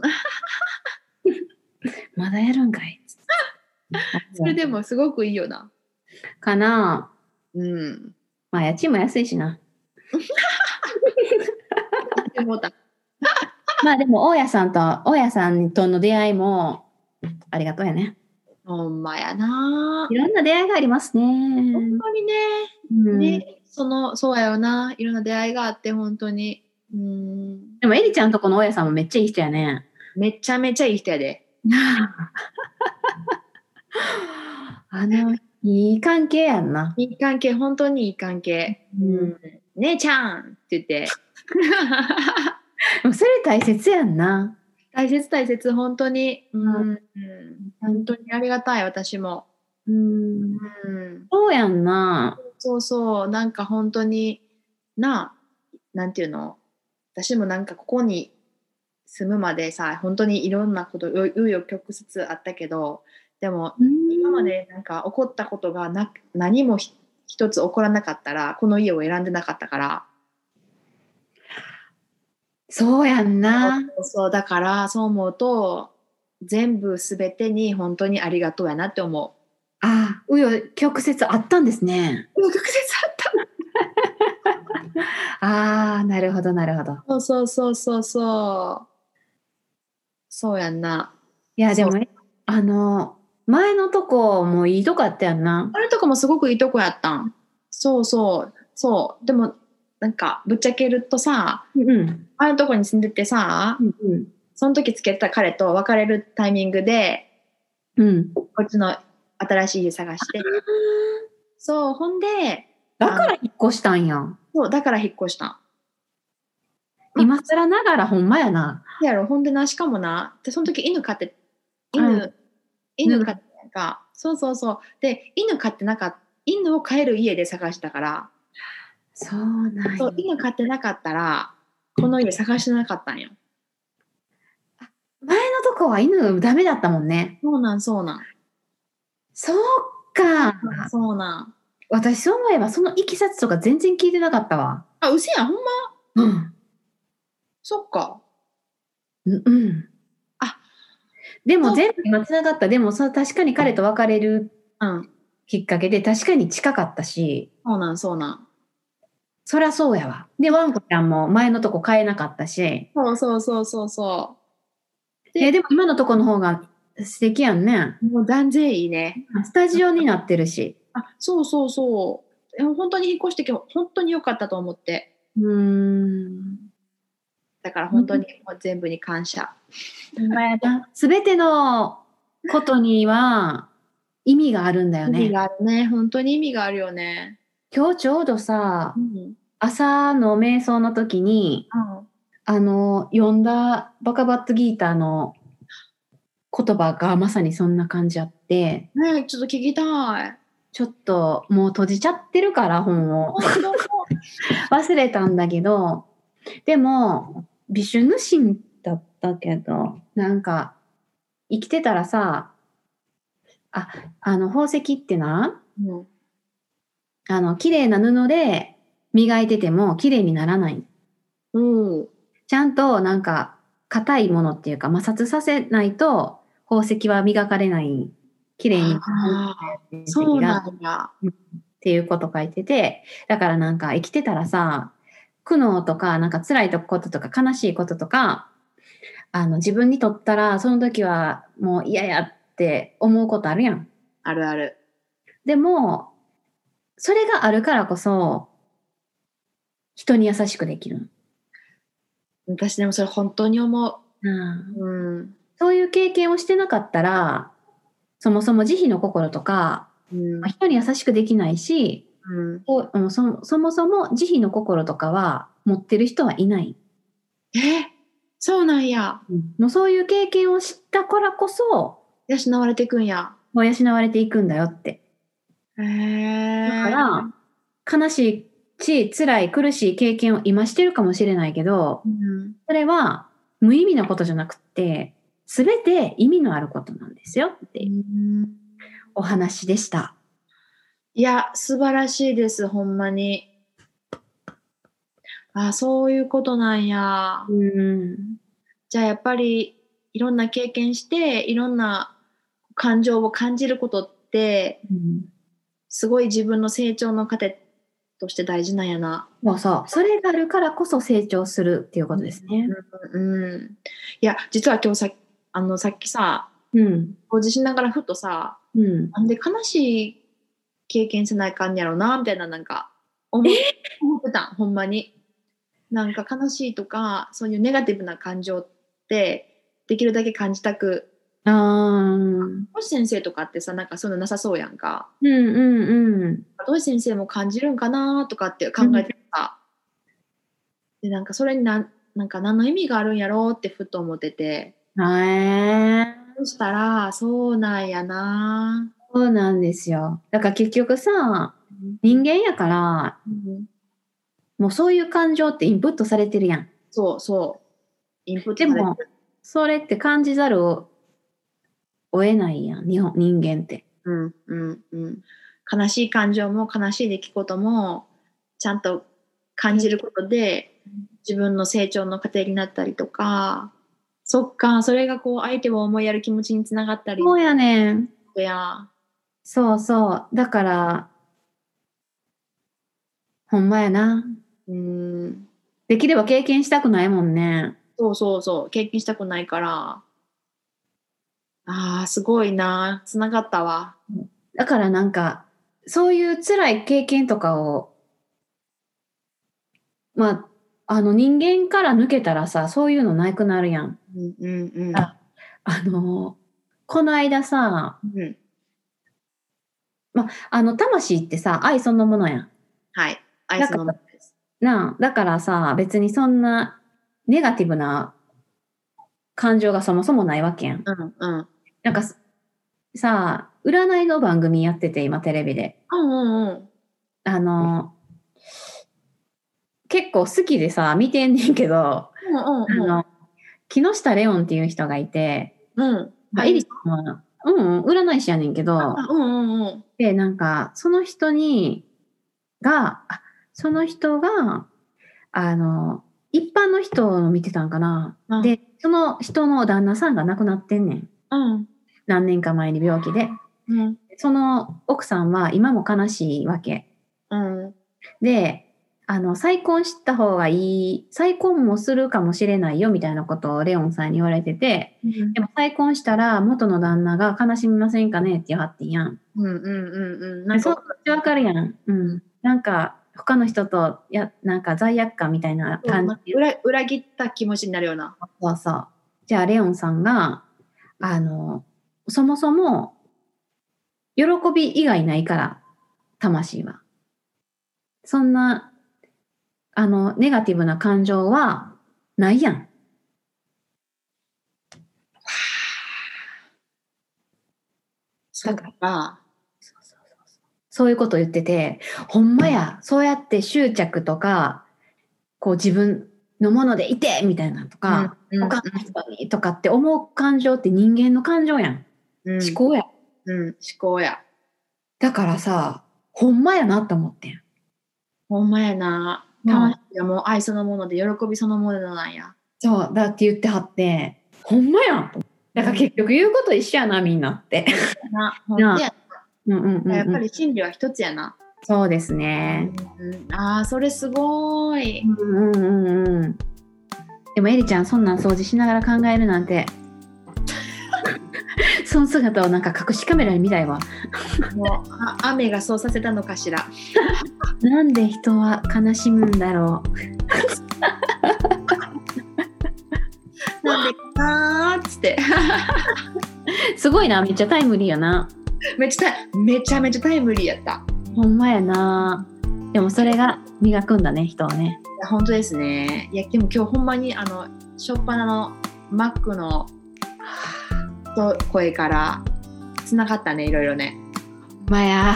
まだやるんかいそれでもすごくいいよなかなうんまあ家賃も安いしなまあでも大家さんと大家さんとの出会いもありがとうやねほんまやないろんな出会いがありますねほんまにね、うん、ねそのそうやよないろんな出会いがあって本当にうんでもエリちゃんとこの大家さんもめっちゃいい人やねめちゃめちゃいい人やであのいい関係やんないい関係本当にいい関係、うん、姉ちゃんって言ってそれ大切やんな大切大切本当に、うんうん、本当にありがたい私も、 うん、そうやんなそうそうなんか本当にななんていうの私もなんかここに住むまでさ本当にいろんなこと紆余曲折あったけどでも今までなんか起こったことがな何も一つ起こらなかったらこの家を選んでなかったからそうやんなそうそうだからそう思うと全部すべてに本当にありがとうやなって思うああ紆余曲折あったんですね紆余曲折あったああなるほどなるほどそうそうそうそうそうそうやんないやでもあの前のとこもいいとこあったやんなあれとかもすごくいいとこやったんそうそうそうでもなんかぶっちゃけるとさ、うん、あのとこに住んでてさ、うんうん、その時付き合った彼と別れるタイミングで、うん、こっちの新しい家探してそう、ほんで、 だから引っ越したんや。 そうだから引っ越したん。 今更ながらほんまやな。 やろ、ほんでな、しかもな、でその時犬飼って、犬、 うん、 犬飼ってなんか、そうそうそう。で、犬飼ってなかった、犬を飼える家で探したから、 そうなんや。 そう、犬飼ってなかったら、この家探してなかったんよ。 前のとこは犬ダメだったもんね。 そうなん、そうなん。 そうか。 そうなん。 私そう思えばそのいきさつとか全然聞いてなかったわ。 あ、うせやん、ほんま。 うん。 そっか。 うん。うん、 あ、 でも全部今つながった。でもその確かに彼と別れるきっかけで確かに近かったし。 そうなん、そうなん。 そりゃそうやわ。で、ワンコちゃんも前のとこ買えなかったし。 そうそうそうそうそう。 で、でも今のとこの方が素敵やんね。 もう断然いいね。 スタジオになってるし。 あ、そうそうそう。本当に引っ越してきて本当に良かったと思って。 うーん。 だから本当にもう全部に感謝。 すべてのことには意味があるんだよね。 意味があるね。本当に意味があるよね。 今日ちょうどさ、 うん、 朝の瞑想の時に、 うん、 あの読んだバカバットギーターの言葉がまさにそんな感じあって、 ねえ、ちょっと聞きたい。 ちょっともう閉じちゃってるから本を忘れたんだけど、でもビシュヌ神だったけど、なんか生きてたらさ、あ、あの宝石ってな、 うん、 あの綺麗な布で磨いてても綺麗にならない。 うん、 ちゃんとなんか硬いものっていうか摩擦させないと宝石は磨かれない、綺麗になあるあ、そうがなんや。 っていうこと書いてて、だからなんか生きてたらさ、苦悩とかなんか辛いこととか悲しいこととか、あの自分にとったらその時はもう嫌やって思うことあるやん。 あるある。 でもそれがあるからこそ人に優しくできる。 私でもそれ本当に思う。 うんうん、 そういう経験をしてなかったら、そもそも慈悲の心とか、 うん、 まあ、人に優しくできないし、 うん、 そ, そ, そもそも慈悲の心とかは持ってる人はいない。 え、そうなんや。 もうそういう経験を知ったからこそ、 養われていくんや。 もう養われていくんだよって。 へえ。 だから、悲しいし、辛い、苦しい経験を今してるかもしれないけど、 うん、 それは無意味なことじゃなくて、すべて意味のあることなんですよっていうお話でした。 いや、素晴らしいです、ほんまに。あ、そういうことなんや。 うん。 じゃあやっぱりいろんな経験していろんな感情を感じることって、 うん、 すごい自分の成長の過程として大事なんやな。 そうそう。それがあるからこそ成長するっていうことですね。 うんうん、いや、実は今日さ、あのさっきさ、 うん。 ご自身ながらふっとさ、 うん。 なんで悲しい経験せないかんやろうなみたいな、なんか思っ思ってた、ほんまに。なんか悲しいとかそういうネガティブな感情ってできるだけ感じたく、 ああ。 星先生とかってさ、なんかそういうのなさそうやんか。 うんうんうん。 星先生も感じるんかなとかって考えてた、うん、でなんかそれにななんか何の意味があるんやろうってふっと思ってて、 へえ。 そしたらそうなんやな。 そうなんですよ。だから結局さ、人間やから、 うん、 もうそういう感情ってインプットされてるやん。 そうそう。インプットでされてる。 も、それって感じざるを得ないやん、日本人間って。 うんうんうん。悲しい感情も悲しい出来事もちゃんと感じることで、うん、自分の成長の過程になったりとか、そっか、それがこう相手を思いやる気持ちにつながったり。 そうやねん。 や。 そうそう。だから、ほんまやな。 うん。 できれば経験したくないもんね。 そうそうそう。経験したくないから。ああ、すごいな。つながったわ。 だからなんか、そういう辛い経験とかを、まあ、あの人間から抜けたらさ、そういうのなくなるやん。 うんうんうん。 あ、あの、この間さ、 うん、 まあ、 あの魂ってさ愛そのものやん。 はい。愛そのものです。 なあ、だからさ別にそんなネガティブな感情がそもそもないわけやん。 うんうん。 なんかさあ占いの番組やってて今テレビで。 うんうんうん。 あの結構好きでさ見てんねんけど、 うんうんうん、 あの木下レオンっていう人がいて、 うんまあ、エリさんはうん、うん、占い師やねんけど、 うんうんうん、 でなんかその人にがあその人があの一般の人を見てたんかな、うん、でその人の旦那さんが亡くなってんねん、 うん、 何年か前に病気で、うん、その奥さんは今も悲しいわけ、うん、であの再婚した方がいい再婚もするかもしれないよみたいなことをレオンさんに言われてて、うん、でも再婚したら元の旦那が悲しみませんかねって言わはってんやん。うんうんうんうん。なんかそうわかるやん。うん。なんか他の人とやなんか罪悪感みたいな感じ。 裏裏切った気持ちになるような。 そうそう。じゃあレオンさんがあのそもそも喜び以外ないから魂はそんなあのネガティブな感情はないやん。 だからそうそうそうそう、そういうことを言ってて、ほんまや、そうやって執着とかこう自分のものでいてみたいなとか、うんうん、他の人にとかって思う感情って人間の感情やん、うん、思考や、 うん、思考や。 だからさほんまやなと思ってん。 ほんまやな。魂がもう愛そのもので喜びそのものなんや。 そうだって言ってはってほんまやん。だから結局言うこと一緒やなみんなってな。ほんまやな、うんうんうんうん、やっぱり真理は一つやな。 そうですね、 うんうん、ああそれすごい、 うんうんうん、でもエリちゃんそんなん掃除しながら考えるなんてその姿をなんか隠しカメラに見たいわもうあ雨がそうさせたのかしらなんで人は悲しむんだろうなんでかなーっつってすごいな、めっちゃタイムリーやな。 めっちゃめちゃめちゃタイムリーやった。 ほんまやな。でもそれが磨くんだね、人はね。 いや本当ですね。いやでも今日ほんまにあのしょっぱなのマックの声からつながったね、いろいろね。 まや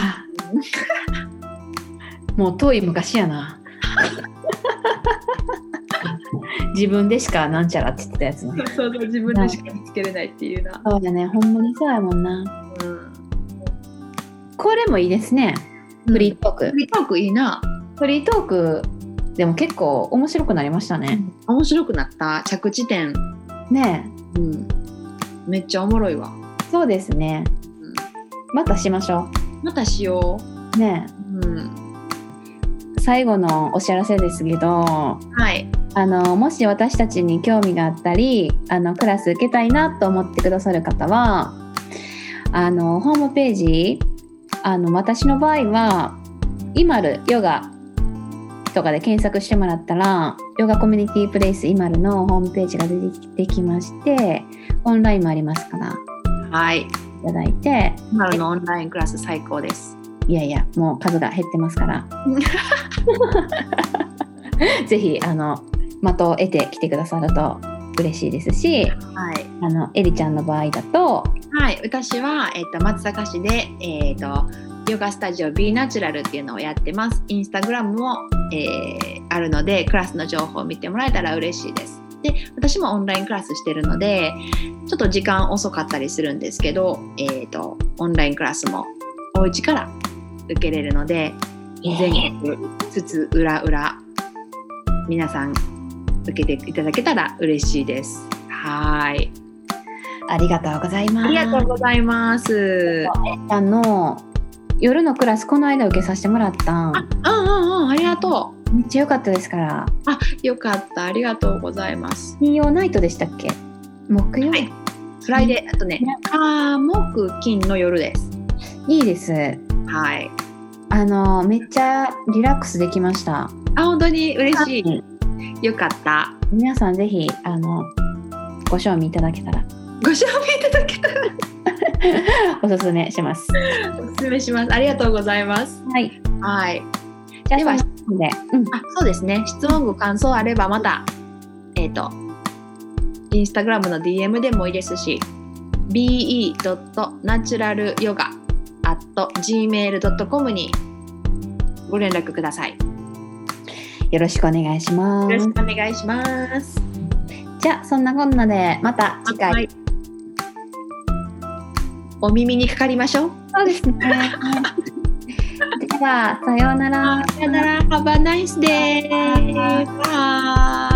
もう遠い昔やな自分でしかなんちゃらって言ってたやつな。 そうそう、自分でしか見つけれないっていうな。 そうだね、ほんまにそうやもんな、うん、これもいいですね、フリートーク、 うん、フリートークいいな。 フリートークでも結構面白くなりましたね、 うん、面白くなった。着地点ねえ、うん、めっちゃおもろいわ。 そうですね、うん、またしましょう。またしようねえ、うん、最後のお知らせですけど、 はい、 あのもし私たちに興味があったりあのクラス受けたいなと思ってくださる方はあのホームページ、あの私の場合はイマルヨガとかで検索してもらったらヨガコミュニティプレイスイマルのホームページが出てきてきまして、オンラインもありますから、 はい、 いただいて、 イマルのオンラインクラス最高です。 いやいやもう数が減ってますからぜひあの的を得てきてくださると嬉しいですし、はい、あのエリちゃんの場合だと、 はい、私は、えー、と松阪市で、えー、とヨガスタジオ Be Natural っていうのをやってます。インスタグラムも、えー、あるのでクラスの情報を見てもらえたら嬉しいです。で私もオンラインクラスしてるのでちょっと時間遅かったりするんですけど、えー、とオンラインクラスもお家から受けれるので全国つつ裏裏皆さん受けていただけたら嬉しいです。はい、 ありがとうございます。 ありがとうございます。 あの夜のクラスこの間受けさせてもらったん。 あ、うんうんうん、ありがとう。めっちゃ良かったですから。 あ、よかった、ありがとうございます。 金曜ナイトでしたっけ？木曜、はい、 フライデー、あとね、火木金の夜です。 いいです。 はい。 あのめっちゃリラックスできました。 あ、本当に嬉しい。よかった。 皆さんぜひあのご賞味いただけたら。 ご賞味いただけたらおすすめします。 おすすめします。ありがとうございます。 はい。 はい。 じゃあでは、 そんなので、うん、 あ、そうですね。質問ご感想あればまた、えっと、インスタグラムの ディーエム でもいいですし、ビーイードットナチュラルヨガアットジーメールドットコム にご連絡ください。 よろしくお願いします。 よろしくお願いします。 じゃあそんなこんなでまた次回、はい、 お耳にかかりましょう。 そうですね。ではさようなら。 さようなら。Have a nice day. Bye.